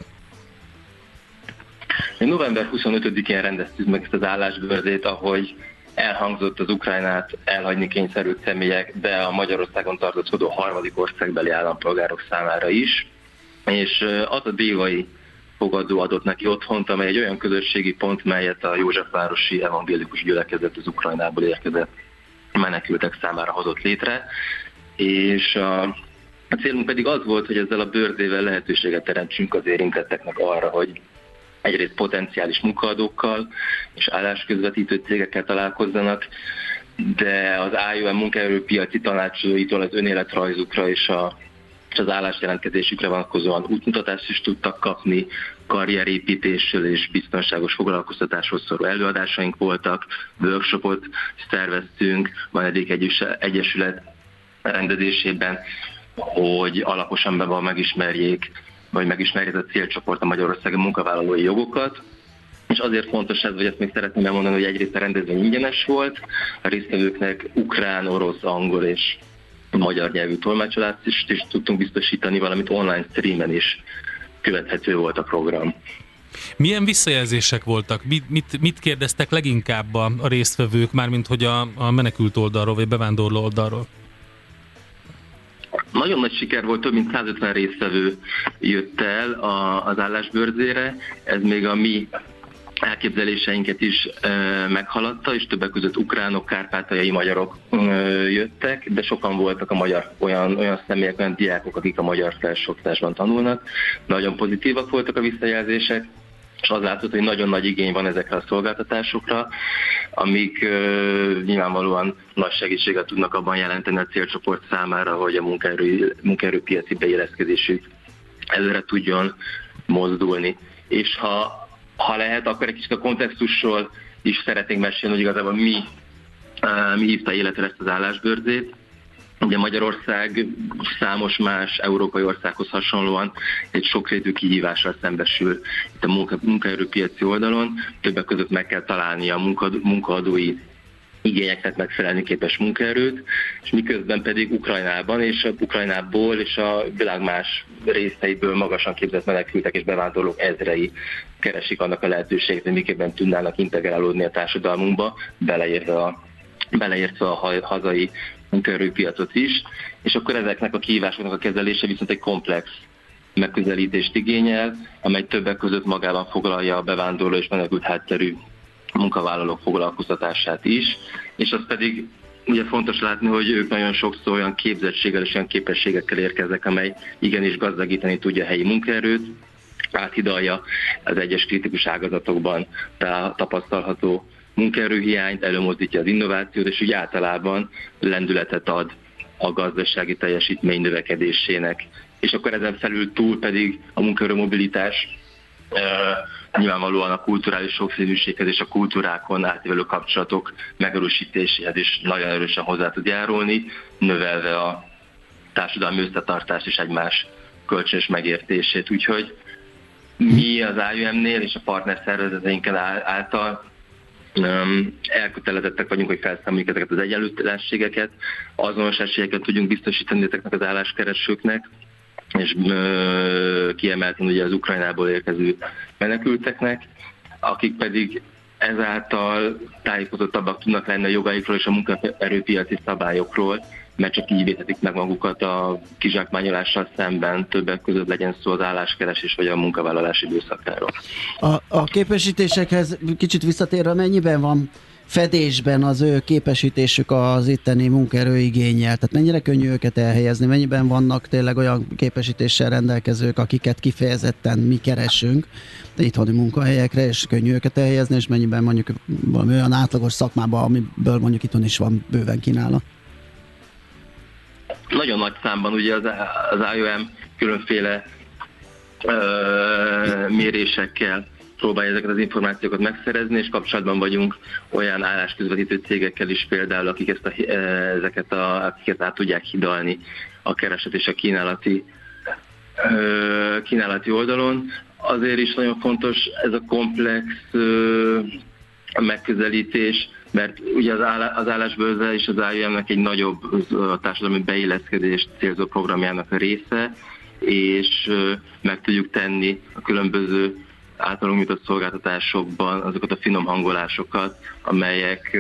S9: November 25-én rendeztük meg ezt az állásbőrzét, ahogy elhangzott az Ukrajnát elhagyni kényszerült személyek, de a Magyarországon tartózkodó harmadik országbeli állampolgárok számára is. És az a dévai fogadó adott neki otthont, amely egy olyan közösségi pont, melyet a Józsefvárosi Evangélikus Gyülekezet az Ukrajnából érkezett menekültek számára hozott létre. És a célunk pedig az volt, hogy ezzel a bőrzével lehetőséget teremtsünk az érintetteknek arra, hogy egyrészt potenciális munkaadókkal és állásközvetítő cégekkel találkozzanak, de az IOM munkaerőpiaci tanácsadóitól az önéletrajzukra és a és az állásjelentkezésükre vonatkozóan útmutatást is tudtak kapni, karrierépítésről és biztonságos foglalkoztatáshoz szóló előadásaink voltak, workshopot szerveztünk, van egyik egyesület rendezésében, hogy alaposan megismerjék a célcsoport a Magyarországi munkavállalói jogokat. És azért fontos ez, hogy ezt még szeretném elmondani, hogy egyrészt a rendezvény ingyenes volt, a résztvevőknek ukrán, orosz, angol és magyar nyelvű tolmácsolást is tudtunk biztosítani, valamint online streamen is követhető volt a program.
S8: Milyen visszajelzések voltak? Mit kérdeztek leginkább a résztvevők, mármint hogy a menekült oldalról, vagy bevándorló oldalról?
S9: Nagyon nagy siker volt, több mint 150 résztvevő jött el az állásbörzére, ez még a mi elképzeléseinket is meghaladta, és többek között ukránok, kárpátaljai magyarok jöttek, de sokan voltak olyan személyek, olyan diákok, akik a magyar felsőoktatásban tanulnak. Nagyon pozitívak voltak a visszajelzések, és az látszott, hogy nagyon nagy igény van ezekre a szolgáltatásokra, amik nyilvánvalóan nagy segítséget tudnak abban jelenteni a célcsoport számára, hogy a munkaerőpiaci beilleszkedésük előre tudjon mozdulni. És ha lehet, akkor egy kicsit a kontextusról is szeretnénk mesélni, hogy igazából mi hívta életre ezt az állásbörzét. Ugye Magyarország számos más európai országhoz hasonlóan egy sokrétű kihívással szembesül itt a munkaerőpiaci oldalon. Többek között meg kell találni a munkaadói igényeknek megfelelni képes munkaerőt, és miközben pedig Ukrajnából és a világ más részeiből magasan képzett menekültek és bevándorlók ezrei keresik annak a lehetőséget, hogy miképpen tudnának integrálódni a társadalmunkba, beleértve a hazai munkaerőpiacot is, és akkor ezeknek a kihívásoknak a kezelése viszont egy komplex megközelítést igényel, amely többek között magában foglalja a bevándorló és menekült hátterű munkavállalók foglalkoztatását is, és az pedig ugye fontos látni, hogy ők nagyon sokszor olyan képzettséggel és olyan képességekkel érkeznek, amely igenis gazdagítani tudja a helyi munkaerőt, áthidalja az egyes kritikus ágazatokban tapasztalható munkaerőhiányt, előmozdítja az innovációt, és úgy általában lendületet ad a gazdasági teljesítmény növekedésének. És akkor ezen felül túl pedig a munkaerő mobilitás nyilvánvalóan a kulturális sokszínűséghez és a kultúrákon átívelő kapcsolatok megerősítéséhez is nagyon erősen hozzá tud járulni, növelve a társadalmi összetartást és egymás kölcsönös megértését. Úgyhogy mi az IOM-nél és a partner szervezeteinkkel által elkötelezettek vagyunk, hogy felszámoljuk ezeket az egyenlőtlenségeket, azonos esélyeket tudjunk biztosítani ezeknek az álláskeresőknek, és kiemelten ugye az Ukrajnából érkező menekülteknek, akik pedig ezáltal tájékozottabbak tudnak lenni a jogaikról és a munkaerőpiaci szabályokról, mert csak így védhetik meg magukat a kizsákmányolással szemben, többek között legyen szó az álláskeresés vagy a munkavállalási időszakáról.
S7: A képesítésekhez kicsit visszatérve, mennyiben van fedésben az ő képesítésük az itteni munkaerőigénnyel? Tehát mennyire könnyű őket elhelyezni? Mennyiben vannak tényleg olyan képesítéssel rendelkezők, akiket kifejezetten mi keresünk itthoni munkahelyekre, és könnyű őket elhelyezni, és mennyiben mondjuk valami olyan átlagos szakmában, amiből mondjuk itthon is van bőven kínálat?
S9: Nagyon nagy számban ugye az IOM különféle mérésekkel próbálja ezeket az információkat megszerezni, és kapcsolatban vagyunk olyan állásközvetítő cégekkel is például, akik akiket át tudják hidalni a kereset és a kínálati oldalon. Azért is nagyon fontos ez a komplex megközelítés, mert ugye az állásbörze és az IOM-nek egy nagyobb társadalmi beilleszkedést célzó programjának a része, és meg tudjuk tenni a különböző általunk nyújtott szolgáltatásokban azokat a finom hangolásokat, amelyek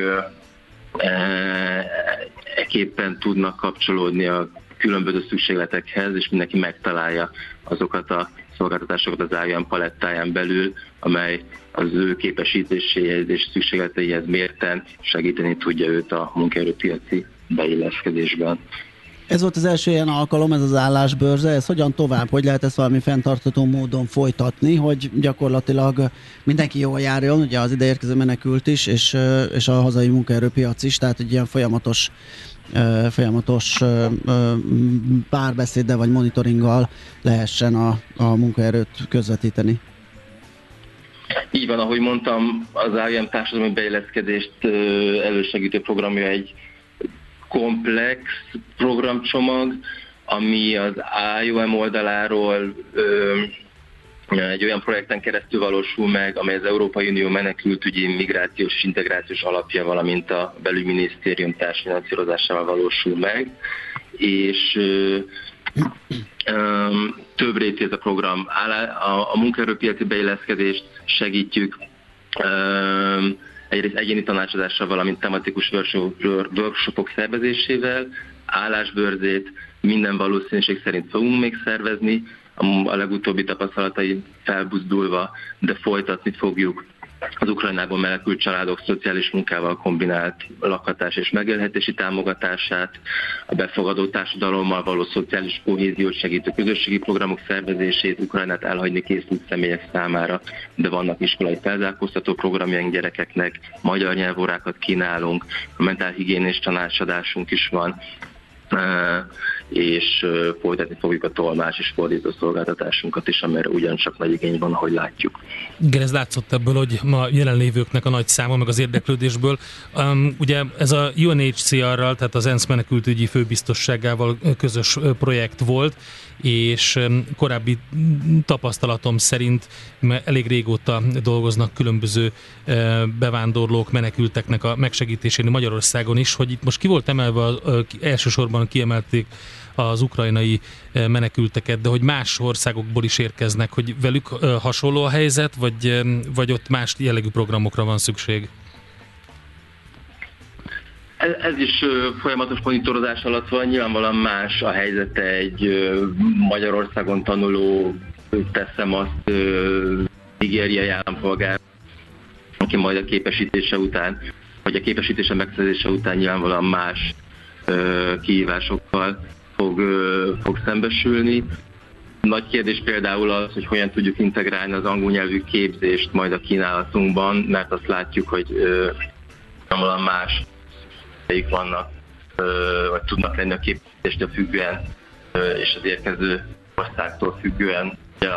S9: eképpen tudnak kapcsolódni a különböző szükségletekhez, és mindenki megtalálja azokat a szolgáltatásokat az IOM palettáján belül, amely az ő képesítéséhez és szükségleteihez mérten segíteni tudja őt a munkaerőpiaci beilleszkedésben.
S7: Ez volt az első ilyen alkalom, ez az állásbörze, ez hogyan tovább? Hogy lehet ezt valami fenntartható módon folytatni, hogy gyakorlatilag mindenki jól járjon, ugye az ideérkező menekült is, és a hazai munkaerőpiac is, tehát egy ilyen folyamatos folyamatos párbeszéddel vagy monitoringgal lehessen a munkaerőt közvetíteni.
S9: Így van, ahogy mondtam, az IOM társadalmi beilleszkedést elősegítő programja egy komplex programcsomag, ami az IOM oldaláról egy olyan projekten keresztül valósul meg, amely az Európai Unió menekültügyi, migrációs és integrációs alapja, valamint a belügyminisztérium társfinanszírozásával valósul meg, és több rétű ez a program. A munkaerőpiaci beilleszkedést segítjük egyrészt egyéni tanácsadással, valamint tematikus workshopok szervezésével, állásbörzét minden valószínűség szerint fogunk még szervezni, a legutóbbi tapasztalatai felbuzdulva, de folytatni fogjuk az Ukrajnából menekült családok szociális munkával kombinált lakhatás és megélhetési támogatását, a befogadó társadalommal való szociális kohéziót segítő közösségi programok szervezését, Ukrajnát elhagyni készült személyek számára, de vannak iskolai felzárkóztató programjaink gyerekeknek, magyar nyelvórákat kínálunk, a mentálhigiénés tanácsadásunk is van, és folytatni fogjuk a tolmás és fordító szolgáltatásunkat is, amire ugyancsak nagy igény van, ahogy látjuk.
S8: Igen, ez látszott ebből, hogy ma jelenlévőknek a nagy száma, meg az érdeklődésből. Ugye ez a UNHCR-ral, tehát az ENSZ menekültügyi főbiztosságával közös projekt volt, és korábbi tapasztalatom szerint elég régóta dolgoznak különböző bevándorlók, menekülteknek a megsegítésén Magyarországon is, hogy itt most ki volt emelve, elsősorban kiemelték az ukrajnai menekülteket, de hogy más országokból is érkeznek, hogy velük hasonló a helyzet, vagy ott más jellegű programokra van szükség?
S9: Ez is folyamatos monitorozás alatt van, nyilvánvalóan más a helyzete egy Magyarországon tanuló, teszem azt, nigériai állampolgár, aki majd a képesítése után, vagy a képesítése megszerzése után nyilvánvalóan más kihívásokkal fog szembesülni. Nagy kérdés például az, hogy hogyan tudjuk integrálni az angol nyelvű képzést majd a kínálatunkban, mert azt látjuk, hogy nyilvánvalóan más vannak, vagy tudnak lenni a képzéstől függően, és az érkező országtól függően,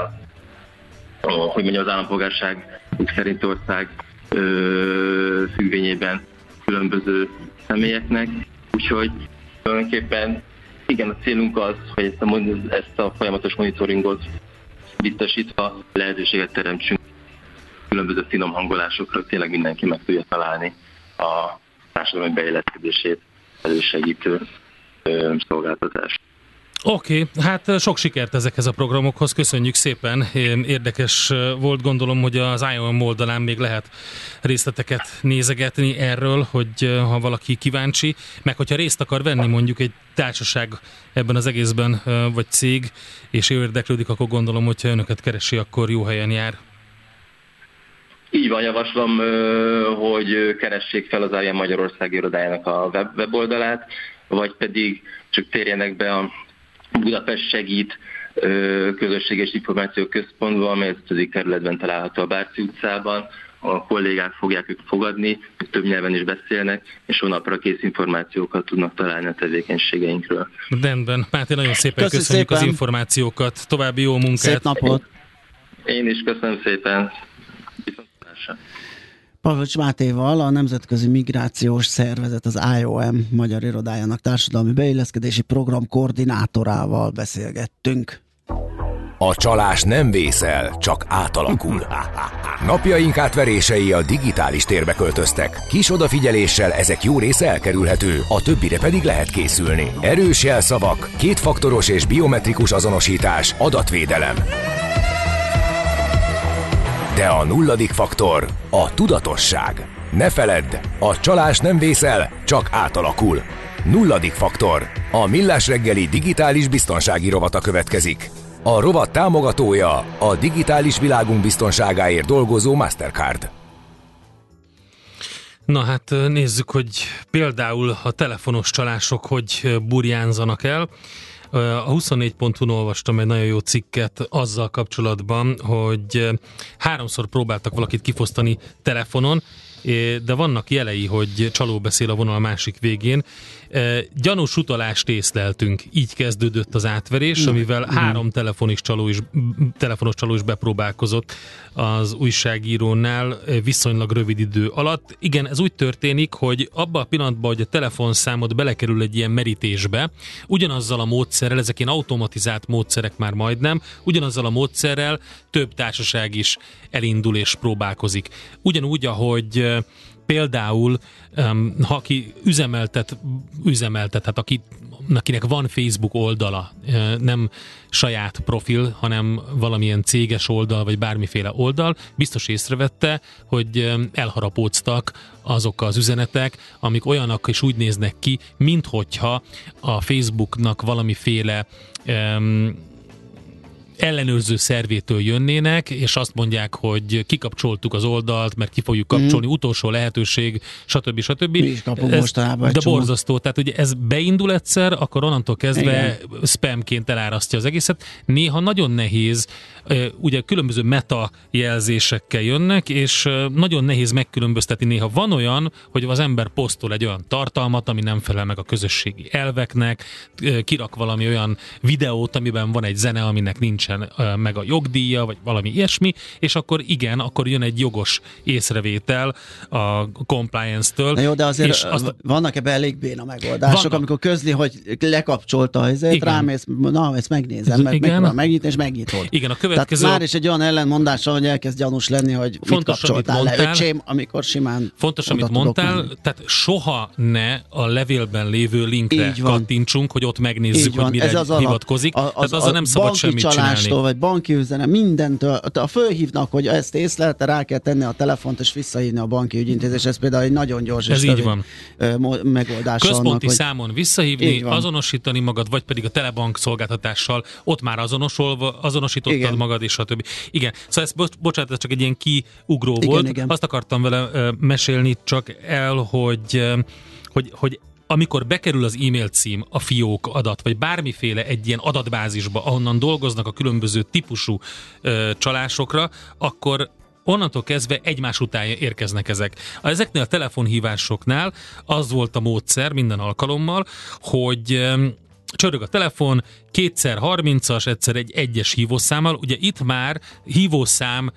S9: hogy mondjam, az állampolgárság szerinti ország függvényében különböző személyeknek. Úgyhogy tulajdonképpen igen, a célunk az, hogy ezt a folyamatos monitoringot biztosítva lehetőséget teremtsünk különböző finom hangolásokra, tényleg mindenki meg tudja találni a társadalmi beilleszkedését elősegítő szolgáltatást.
S8: Oké, hát sok sikert ezekhez a programokhoz, köszönjük szépen, érdekes volt, gondolom, hogy az IOM oldalán még lehet részleteket nézegetni erről, hogy ha valaki kíváncsi, meg hogyha részt akar venni mondjuk egy társaság ebben az egészben, vagy cég, és ő érdeklődik, akkor gondolom, hogyha önöket keresi, akkor jó helyen jár.
S9: Így van, javaslom, hogy keressék fel az IOM Magyarország irodájának a weboldalát, vagy pedig csak térjenek be a Budapest Segít közösség és információ központban, amely az 5. kerületben található a Bárci utcában. A kollégák fogják őket fogadni, több nyelven is beszélnek, és hónapra kész információkat tudnak találni a tevékenységeinkről.
S8: Rendben. Máté, nagyon szépen köszönjük az információkat. További jó munkát.
S7: Szép napot!
S9: Én is köszönöm szépen. Viszontlátásra.
S7: Pavlovics Mátéval, a Nemzetközi Migrációs Szervezet, az IOM magyar irodájának társadalmi beilleszkedési program koordinátorával beszélgettünk.
S1: A csalás nem vészel, csak átalakul. Napjaink átverései a digitális térbe költöztek. Kis odafigyeléssel ezek jó része elkerülhető, a többire pedig lehet készülni. Erős jelszavak, kétfaktoros és biometrikus azonosítás, adatvédelem. De a nulladik faktor a tudatosság. Ne feledd, a csalás nem vészel, csak átalakul. Nulladik faktor. A Millás reggeli digitális biztonsági rovata következik. A rovat támogatója a digitális világunk biztonságáért dolgozó Mastercard.
S8: Na hát nézzük, hogy például a telefonos csalások hogy burjánzanak el. A 24.hu-n olvastam egy nagyon jó cikket azzal kapcsolatban, hogy 3-szor próbáltak valakit kifosztani telefonon, de vannak jelei, hogy csaló beszél a vonal a másik végén. Gyanús utalást észleltünk. Így kezdődött az átverés, amivel 3 telefonos csaló is bepróbálkozott az újságírónál viszonylag rövid idő alatt. Igen, ez úgy történik, hogy abban a pillanatban, hogy a telefonszámot belekerül egy ilyen merítésbe, ugyanazzal a módszerrel, ezek ilyen automatizált módszerek már majdnem, ugyanazzal a módszerrel több társaság is elindul és próbálkozik. Ugyanúgy, ahogy például, ha aki üzemeltet, hát akinek van Facebook oldala, nem saját profil, hanem valamilyen céges oldal, vagy bármiféle oldal, biztos észrevette, hogy elharapództak azok az üzenetek, amik olyanak is úgy néznek ki, minthogyha a Facebooknak valamiféle ellenőrző szervétől jönnének, és azt mondják, hogy kikapcsoltuk az oldalt, mert ki fogjuk kapcsolni, utolsó lehetőség, stb.
S7: Mi is kapunk mostanában.
S8: De borzasztó. Tehát ugye ez beindul egyszer, akkor onnantól kezdve spamként elárasztja az egészet. Néha nagyon nehéz, ugye különböző meta jelzésekkel jönnek, és nagyon nehéz megkülönböztetni. Néha van olyan, hogy az ember posztol egy olyan tartalmat, ami nem felel meg a közösségi elveknek, kirak valami olyan videót, amiben van egy zene, aminek nincsen meg a jogdíja, vagy valami ilyesmi, és akkor igen, akkor jön egy jogos észrevétel a compliance-től.
S7: Na jó, de azért vannak ebben elég béna megoldások, amikor közli, hogy lekapcsolta a helyzet, rámész, na, ezt megnézem, mert megpróbál megnyitni, és megnyitod.
S8: Igen, a következő...
S7: Tehát már is egy olyan ellenmondása, hogy elkezd gyanús lenni, hogy mit kapcsoltál le, öcsém, amikor simán...
S8: Fontos, amit mondtál, tehát soha ne a levélben lévő linkre kattintsunk, hogy ott megnézzük, hogy mire hivatkozik. Tehát azzal nem szabad semmit csinálni.
S7: Vagy banki üzenet, mindentől. Fölhívnak, hogy ezt észlelte, rá kell tenni a telefont, és visszahívni a banki ügyintézés. Ez például egy nagyon gyors és rövid megoldás.
S8: Központi számon visszahívni, azonosítani magad, vagy pedig a telebank szolgáltatással ott már azonosítottad magad, és stb. Igen, szóval ez, bocsánat, ez csak egy ilyen kiugró volt. Igen. Azt akartam vele mesélni csak el, hogy amikor bekerül az e-mail cím, a fiók adat, vagy bármiféle egy ilyen adatbázisba, ahonnan dolgoznak a különböző típusú csalásokra, akkor onnantól kezdve egymás után érkeznek ezek. Ezeknél a telefonhívásoknál az volt a módszer minden alkalommal, hogy csörög a telefon, 2x30-as, egyszer egy egyes hívószámmal. Ugye itt már hívószám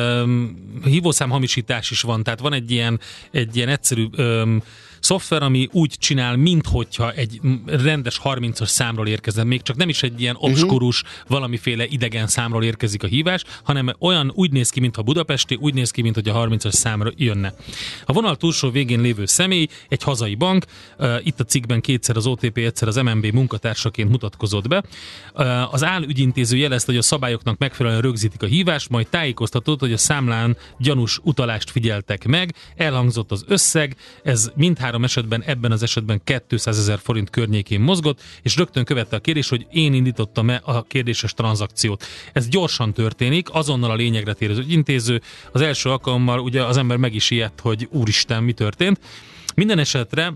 S8: hamisítás is van, tehát van egy ilyen egyszerű szoftver, ami úgy csinál, minthogyha egy rendes 30-as számról érkezne, még csak nem is egy ilyen obskurus, valamiféle idegen számról érkezik a hívás, hanem olyan úgy néz ki, mintha budapesti, úgy néz ki, mintha a 30-as számra jönne. A vonal túlsó végén lévő személy egy hazai bank, itt a cikkben kétszer az OTP, egyszer az MNB munkatársaként mutatkozott be. Az álügyintéző jelezte, hogy a szabályoknak megfelelően rögzítik a hívást, majd tájékoztatott, hogy a számlán gyanús utalást figyeltek meg, elhangzott az összeg, ez mindhárom esetben, ebben az esetben 200 000 forint környékén mozgott, és rögtön követte a kérdés, hogy én indítottam-e a kérdéses tranzakciót. Ez gyorsan történik, azonnal a lényegre tér az ügyintéző. Az első alkalommal ugye az ember meg is ijedt, hogy úristen, mi történt. Minden esetre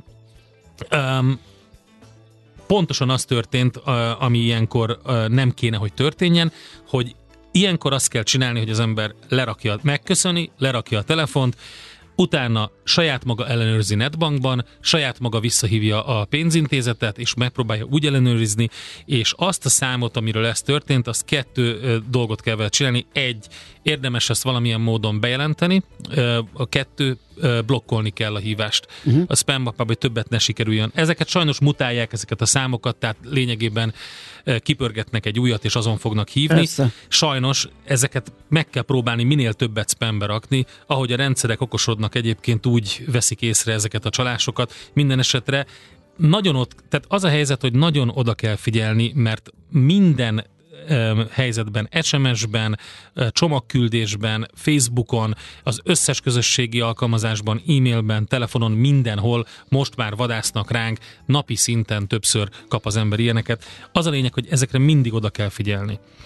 S8: pontosan az történt, ami ilyenkor nem kéne, hogy történjen, hogy ilyenkor azt kell csinálni, hogy az ember megköszöni, lerakja a telefont, utána saját maga ellenőrzi netbankban, saját maga visszahívja a pénzintézetet, és megpróbálja úgy ellenőrizni, és azt a számot, amiről ez történt, azt 2 dolgot kell vele csinálni. 1, érdemes ezt valamilyen módon bejelenteni, a 2, blokkolni kell a hívást. A spambapában, hogy többet ne sikerüljön. Ezeket sajnos mutálják, ezeket a számokat, tehát lényegében kipörgetnek egy újat, és azon fognak hívni. Persze. Sajnos ezeket meg kell próbálni minél többet spambe rakni, ahogy a rendszerek okosodnak, egyébként úgy veszik észre ezeket a csalásokat. Minden esetre tehát az a helyzet, hogy nagyon oda kell figyelni, mert minden helyzetben, SMS-ben, csomagküldésben, Facebookon, az összes közösségi alkalmazásban, e-mailben, telefonon, mindenhol most már vadásznak ránk, napi szinten többször kap az ember ilyeneket. Az a lényeg, hogy ezekre mindig oda kell figyelni.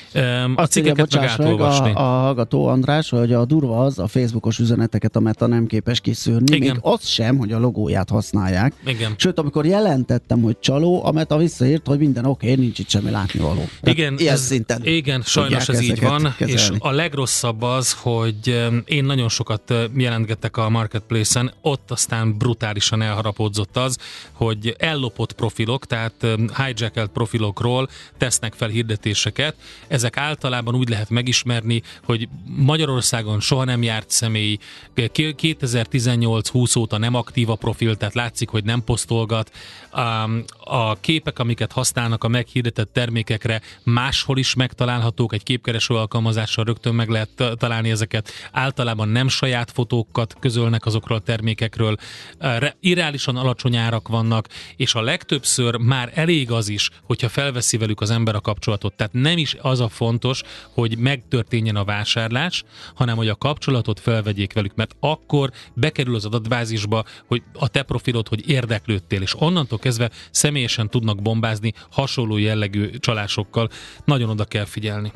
S8: A cikkeket meg átolvasni.
S7: A hallgató András, hogy a durva az, a Facebookos üzeneteket a Meta nem képes kiszűrni,
S8: igen.
S7: még az sem, hogy a logóját használják.
S8: Igen.
S7: Sőt, amikor jelentettem, hogy csaló, a Meta visszaírt, hogy minden oké, nincs itt semmi látnivaló.
S8: Igen,
S7: ilyen szinten
S8: igen, sajnos ez így van, kezelni. És a legrosszabb az, hogy én nagyon sokat jelentgettek a Marketplace-en, ott aztán brutálisan elharapódzott az, hogy ellopott profilok, tehát hijackelt profilokról tesznek fel hirdetéseket. Ezek általában úgy lehet megismerni, hogy Magyarországon soha nem járt személy, 2018-20 óta nem aktív a profil, tehát látszik, hogy nem posztolgat. A képek, amiket használnak a meghirdetett termékekre, máshol is megtalálhatók, egy képkereső alkalmazással rögtön meg lehet találni ezeket. Általában nem saját fotókat közölnek azokról a termékekről, irreálisan alacsony árak vannak, és a legtöbbször már elég az is, hogyha felveszi velük az ember a kapcsolatot. Tehát nem is az a fontos, hogy megtörténjen a vásárlás, hanem hogy a kapcsolatot felvegyék velük, mert akkor bekerül az adatbázisba, hogy a te profilod, hogy érdeklődtél, és onnantól kezdve személyesen tudnak bombázni hasonló jellegű csalásokkal. Nagyon oda kell figyelni.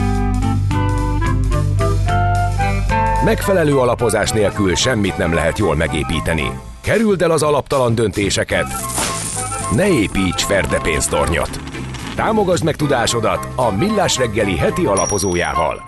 S1: Megfelelő alapozás nélkül semmit nem lehet jól megépíteni. Kerüld el az alaptalan döntéseket. Ne építs ferdepénztornyot. Támogasd meg tudásodat a Millás reggeli heti alapozójával.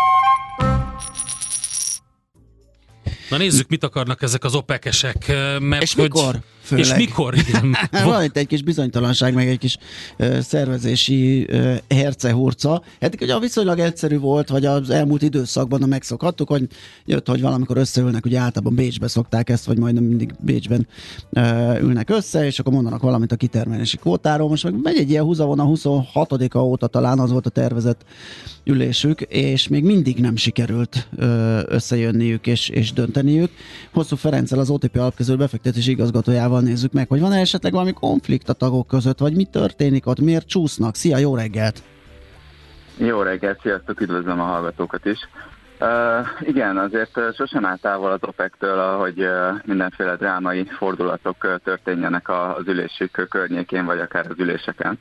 S8: Na nézzük, mit akarnak ezek az OPEC-esek.
S7: És mikor? Főleg.
S8: És mikor? Igen.
S7: Van itt egy kis bizonytalanság, meg egy kis szervezési hercehurca. Eddig ugye viszonylag egyszerű volt, vagy az elmúlt időszakban megszokhattuk, hogy jött, hogy valamikor összeülnek, ugye általában Bécsbe szokták ezt, vagy majdnem mindig Bécsben ülnek össze, és akkor mondanak valamit a kitermelési kvótáról. Most meg megy egy ilyen húzavona, 26-a óta talán az volt a tervezett ülésük, és még mindig nem sikerült összejönniük és dönteniük. Hosszú Ferenccel, az OTP alapkezelő befektetési igazgatójával nézzük meg, hogy van-e esetleg valami konflikt a tagok között, vagy mi történik ott, miért csúsznak. Szia, jó reggelt!
S10: Jó reggelt, sziasztok, üdvözlöm a hallgatókat is. Igen, azért sosem áll távol az OPEC-től, ahogy mindenféle drámai fordulatok történjenek az ülésük környékén, vagy akár az üléseken.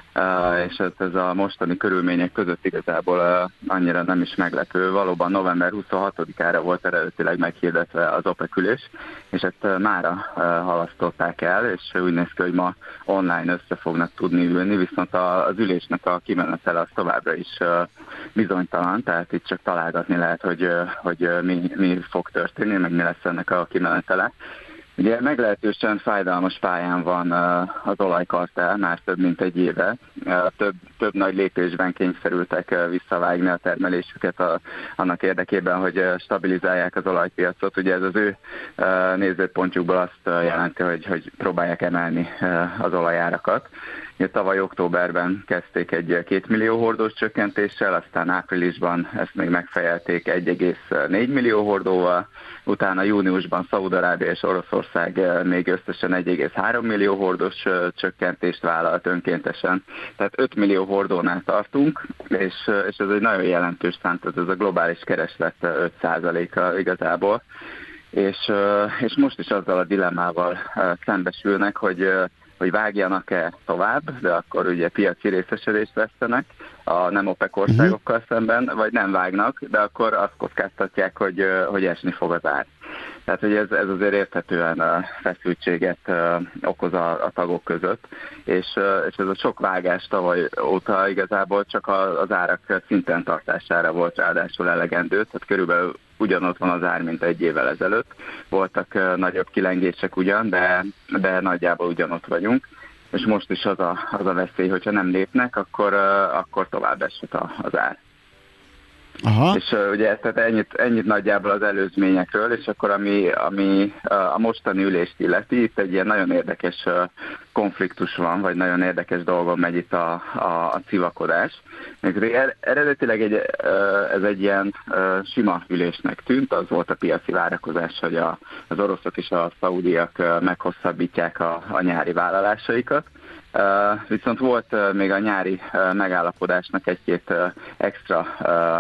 S10: És ez a mostani körülmények között igazából annyira nem is meglepő. Valóban november 26-ára volt eredetileg meghirdetve az OPEC ülés, és ezt mára halasztották el, és úgy néz ki, hogy ma online össze fognak tudni ülni, viszont az ülésnek a kimenetele az továbbra is bizonytalan, tehát itt csak találgatni lehet, hogy mi fog történni, meg mi lesz ennek a kimenetele. Ugye meglehetősen fájdalmas pályán van az olajkartell már több mint egy éve. Több nagy lépésben kényszerültek visszavágni a termelésüket annak érdekében, hogy stabilizálják az olajpiacot. Ugye ez az ő nézőpontjukból azt jelenti, hogy próbálják emelni az olajárakat. Tavaly októberben kezdték egy 2 millió hordós csökkentéssel, aztán áprilisban ezt még megfejelték 1,4 millió hordóval, utána júniusban Szaúd-Arábia és Oroszország még összesen 1,3 millió hordós csökkentést vállalt önkéntesen. Tehát 5 millió hordónál tartunk, és ez egy nagyon jelentős szám, tehát ez a globális kereslet 5%-a igazából. És most is azzal a dilemmával szembesülnek, hogy vágjanak-e tovább, de akkor ugye piaci részesedést vesztenek a nem OPEC országokkal szemben, vagy nem vágnak, de akkor azt kockáztatják, hogy esni fog az ár. Tehát, hogy ez azért érthetően feszültséget okoz a tagok között, és ez a sok vágás tavaly óta igazából csak az árak szinten tartására volt ráadásul elegendő, tehát körülbelül ugyanott van az ár, mint egy évvel ezelőtt. Voltak nagyobb kilengések ugyan, de nagyjából ugyanott vagyunk, és most is az a veszély, hogyha nem lépnek, akkor tovább eshet az ár.
S7: Aha.
S10: És ugye tehát ennyit nagyjából az előzményekről, és akkor ami a mostani ülést illeti, itt egy ilyen nagyon érdekes konfliktus van, vagy nagyon érdekes dolgon megy itt a civakodás. Eredetileg ez egy ilyen sima ülésnek tűnt, az volt a piaci várakozás, hogy az oroszok és a szaúdiak meghosszabbítják a nyári vállalásaikat. Viszont volt még a nyári megállapodásnak egy-két extra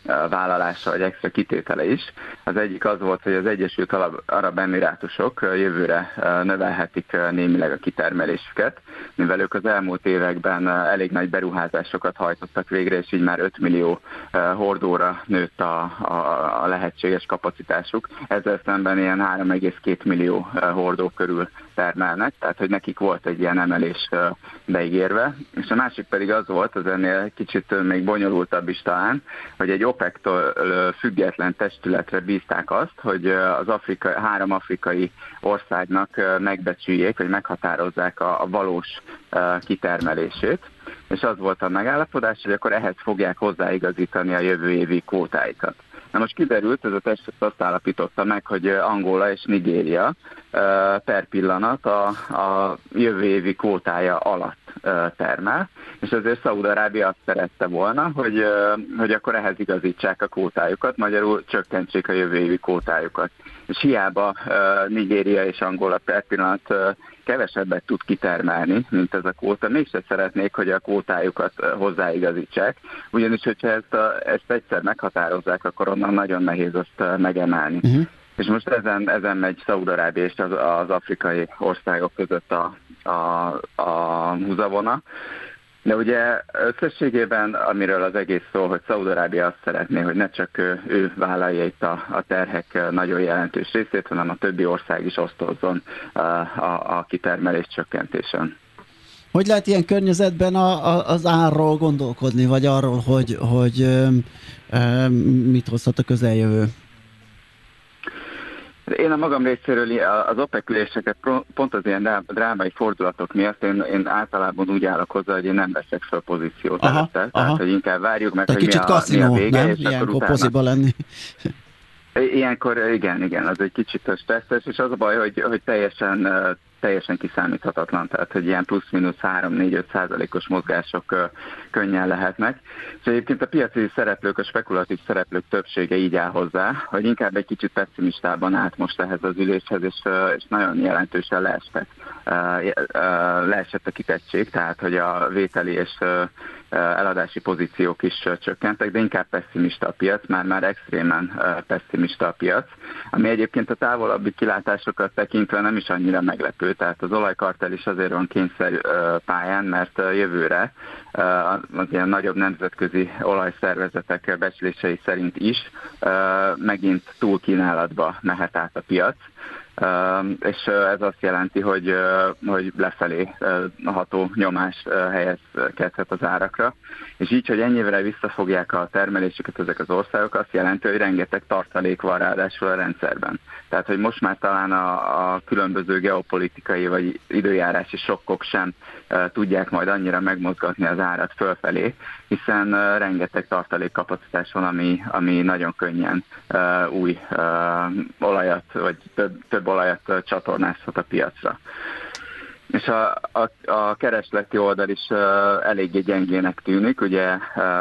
S10: vállalása vagy extra kitétele is. Az egyik az volt, hogy az Egyesült Arab Emirátusok jövőre növelhetik némileg a kitermelésüket, mivel ők az elmúlt években elég nagy beruházásokat hajtottak végre, és így már 5 millió hordóra nőtt a lehetséges kapacitásuk. Ezzel szemben ilyen 3,2 millió hordó körül termelnek, tehát hogy nekik volt egy ilyen emelés beígérve. És a másik pedig az volt, az ennél kicsit még bonyolultabb is talán, hogy egy OPEC-től független testületre bízták azt, hogy az 3 afrikai országnak megbecsüljék, vagy meghatározzák a valós kitermelését. És az volt a megállapodás, hogy akkor ehhez fogják hozzáigazítani a jövő évi kvótáikat. Na most kiderült, ez a testület azt állapította meg, hogy Angola és Nigéria per pillanat a jövő évi kvótája alatt termel, és ezért Szaúd-Arábia azt szerette volna, hogy akkor ehhez igazítsák a kvótájukat, magyarul csökkentsék a jövő évi kvótájukat. És hiába Nigéria és Angola per pillanat kevesebbet tud kitermelni, mint ez a kvóta, mégsem szeretnék, hogy a kvótájukat hozzáigazítsák, ugyanis, hogyha ezt egyszer meghatározzák, akkor onnan nagyon nehéz azt megemelni. Uh-huh. És most ezen megy Szaúd-Arábia és az afrikai országok között a húzavona. De ugye összességében, amiről az egész szól, hogy Szaúd-Arábia azt szeretné, hogy ne csak ő vállalja itt a terhek nagyon jelentős részét, hanem a többi ország is osztozzon a kitermelés csökkentésen.
S7: Hogy lehet ilyen környezetben az árról gondolkodni, vagy arról, hogy mit hozhat a közeljövő?
S10: Én a magam részéről az OPEC üléseket pont az ilyen drámai fordulatok miatt én általában úgy állok hozzá, hogy én nem veszek fel pozíciót előtte, tehát hogy inkább várjuk meg, hogy mi a vége,
S7: nem?
S10: És
S7: ilyenkor
S10: akkor utána...
S7: poziba lenni.
S10: Ilyenkor igen, az egy kicsit stresszes, és az a baj, hogy teljesen kiszámíthatatlan, tehát hogy ilyen plusz-minusz 3-4-5%-os mozgások könnyen lehetnek. És egyébként a piaci szereplők, a spekulatív szereplők többsége így áll hozzá, hogy inkább egy kicsit pessimistában állt most ehhez az üléshez, és nagyon jelentősen leesett a kitettség, tehát hogy a vételi és eladási pozíciók is csökkentek, de inkább pessimista a piac, már extrémen pessimista a piac, ami egyébként a távolabbi kilátásokat tekintve nem is annyira meglepő, tehát az olajkartel is azért van kényszer pályán, mert jövőre az ilyen nagyobb nemzetközi olajszervezetek becslései szerint is megint túlkínálatba mehet át a piac. És ez azt jelenti, hogy lefelé ható nyomás helyezkedhet az árakra. És így, hogy ennyivel visszafogják a termelésüket ezek az országok, azt jelenti, hogy rengeteg tartalék van ráadásul a rendszerben. Tehát, hogy most már talán a különböző geopolitikai vagy időjárási sokkok sem tudják majd annyira megmozgatni az árat fölfelé, hiszen rengeteg tartalékkapacitás van, ami nagyon könnyen új olajat, vagy több olajat csatornázhat a piacra. És a keresleti oldal is eléggé gyengének tűnik, ugye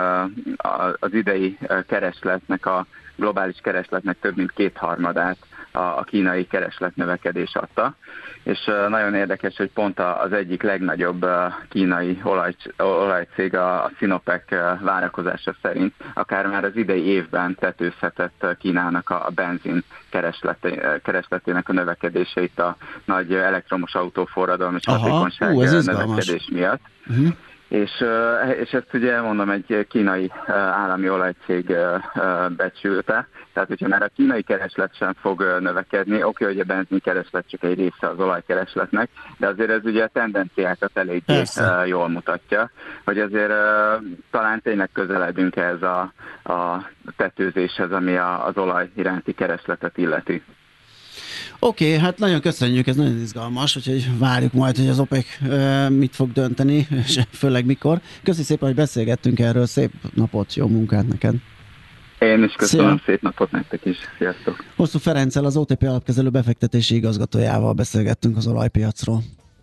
S10: az idei keresletnek, a globális keresletnek több mint 2/3 a kínai keresletnövekedés adta, és nagyon érdekes, hogy pont az egyik legnagyobb kínai olajcég, a Sinopec várakozása szerint akár már az idei évben tetőzhetett Kínának a benzin keresletének a növekedése itt a nagy elektromos autóforradalom és hatékonyság növekedés miatt. Uh-huh. És ezt ugye mondom, egy kínai állami olajcég becsülte, tehát hogyha már a kínai kereslet sem fog növekedni, oké, hogy a benzin kereslet csak egy része az olajkeresletnek, de azért ez ugye a tendenciákat eléggé jól mutatja, hogy azért talán tényleg közeledünk ehhez a tetőzéshez, ami az olaj iránti keresletet illeti.
S7: Oké, hát nagyon köszönjük, ez nagyon izgalmas, úgyhogy várjuk majd, hogy az OPEC mit fog dönteni, és főleg mikor. Köszi szépen, hogy beszélgettünk erről, szép napot, jó munkát neked!
S10: Én is köszönöm, szép napot nektek is, sziasztok!
S7: Hosszú Ferenccel, az OTP alapkezelő befektetési igazgatójával beszélgettünk az olajpiacról.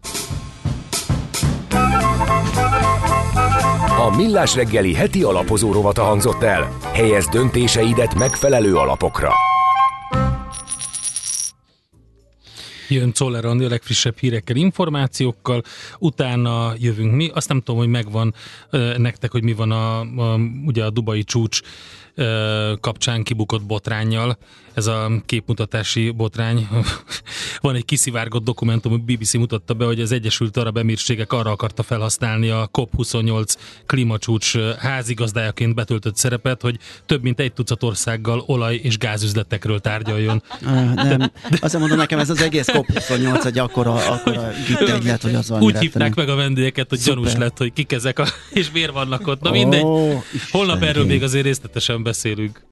S1: A Millás reggeli heti alapozó rovata hangzott el. Helyezd döntéseidet megfelelő alapokra.
S8: Jön Czoller Andi a legfrissebb hírekkel, információkkal, utána jövünk mi. Azt nem tudom, hogy megvan nektek, hogy mi van ugye a dubai csúcs kapcsán kibukott botránnyal. Ez a képmutatási botrány. Van egy kiszivárgott dokumentum, a BBC mutatta be, hogy az Egyesült Arab Emírségek arra akarta felhasználni a COP28 klímacsúcs házigazdájaként betöltött szerepet, hogy több mint 100 országgal olaj- és gázüzletekről tárgyaljon.
S7: Nem, azt mondom, nekem ez az egész COP28 egy akkora gittegylet, hogy az valami
S8: úgy hívták meg a vendégeket, hogy gyanús lett, hogy kik ezek, és miért vannak ott. Na mindegy. Holnap erről még azért részletesen beszélünk.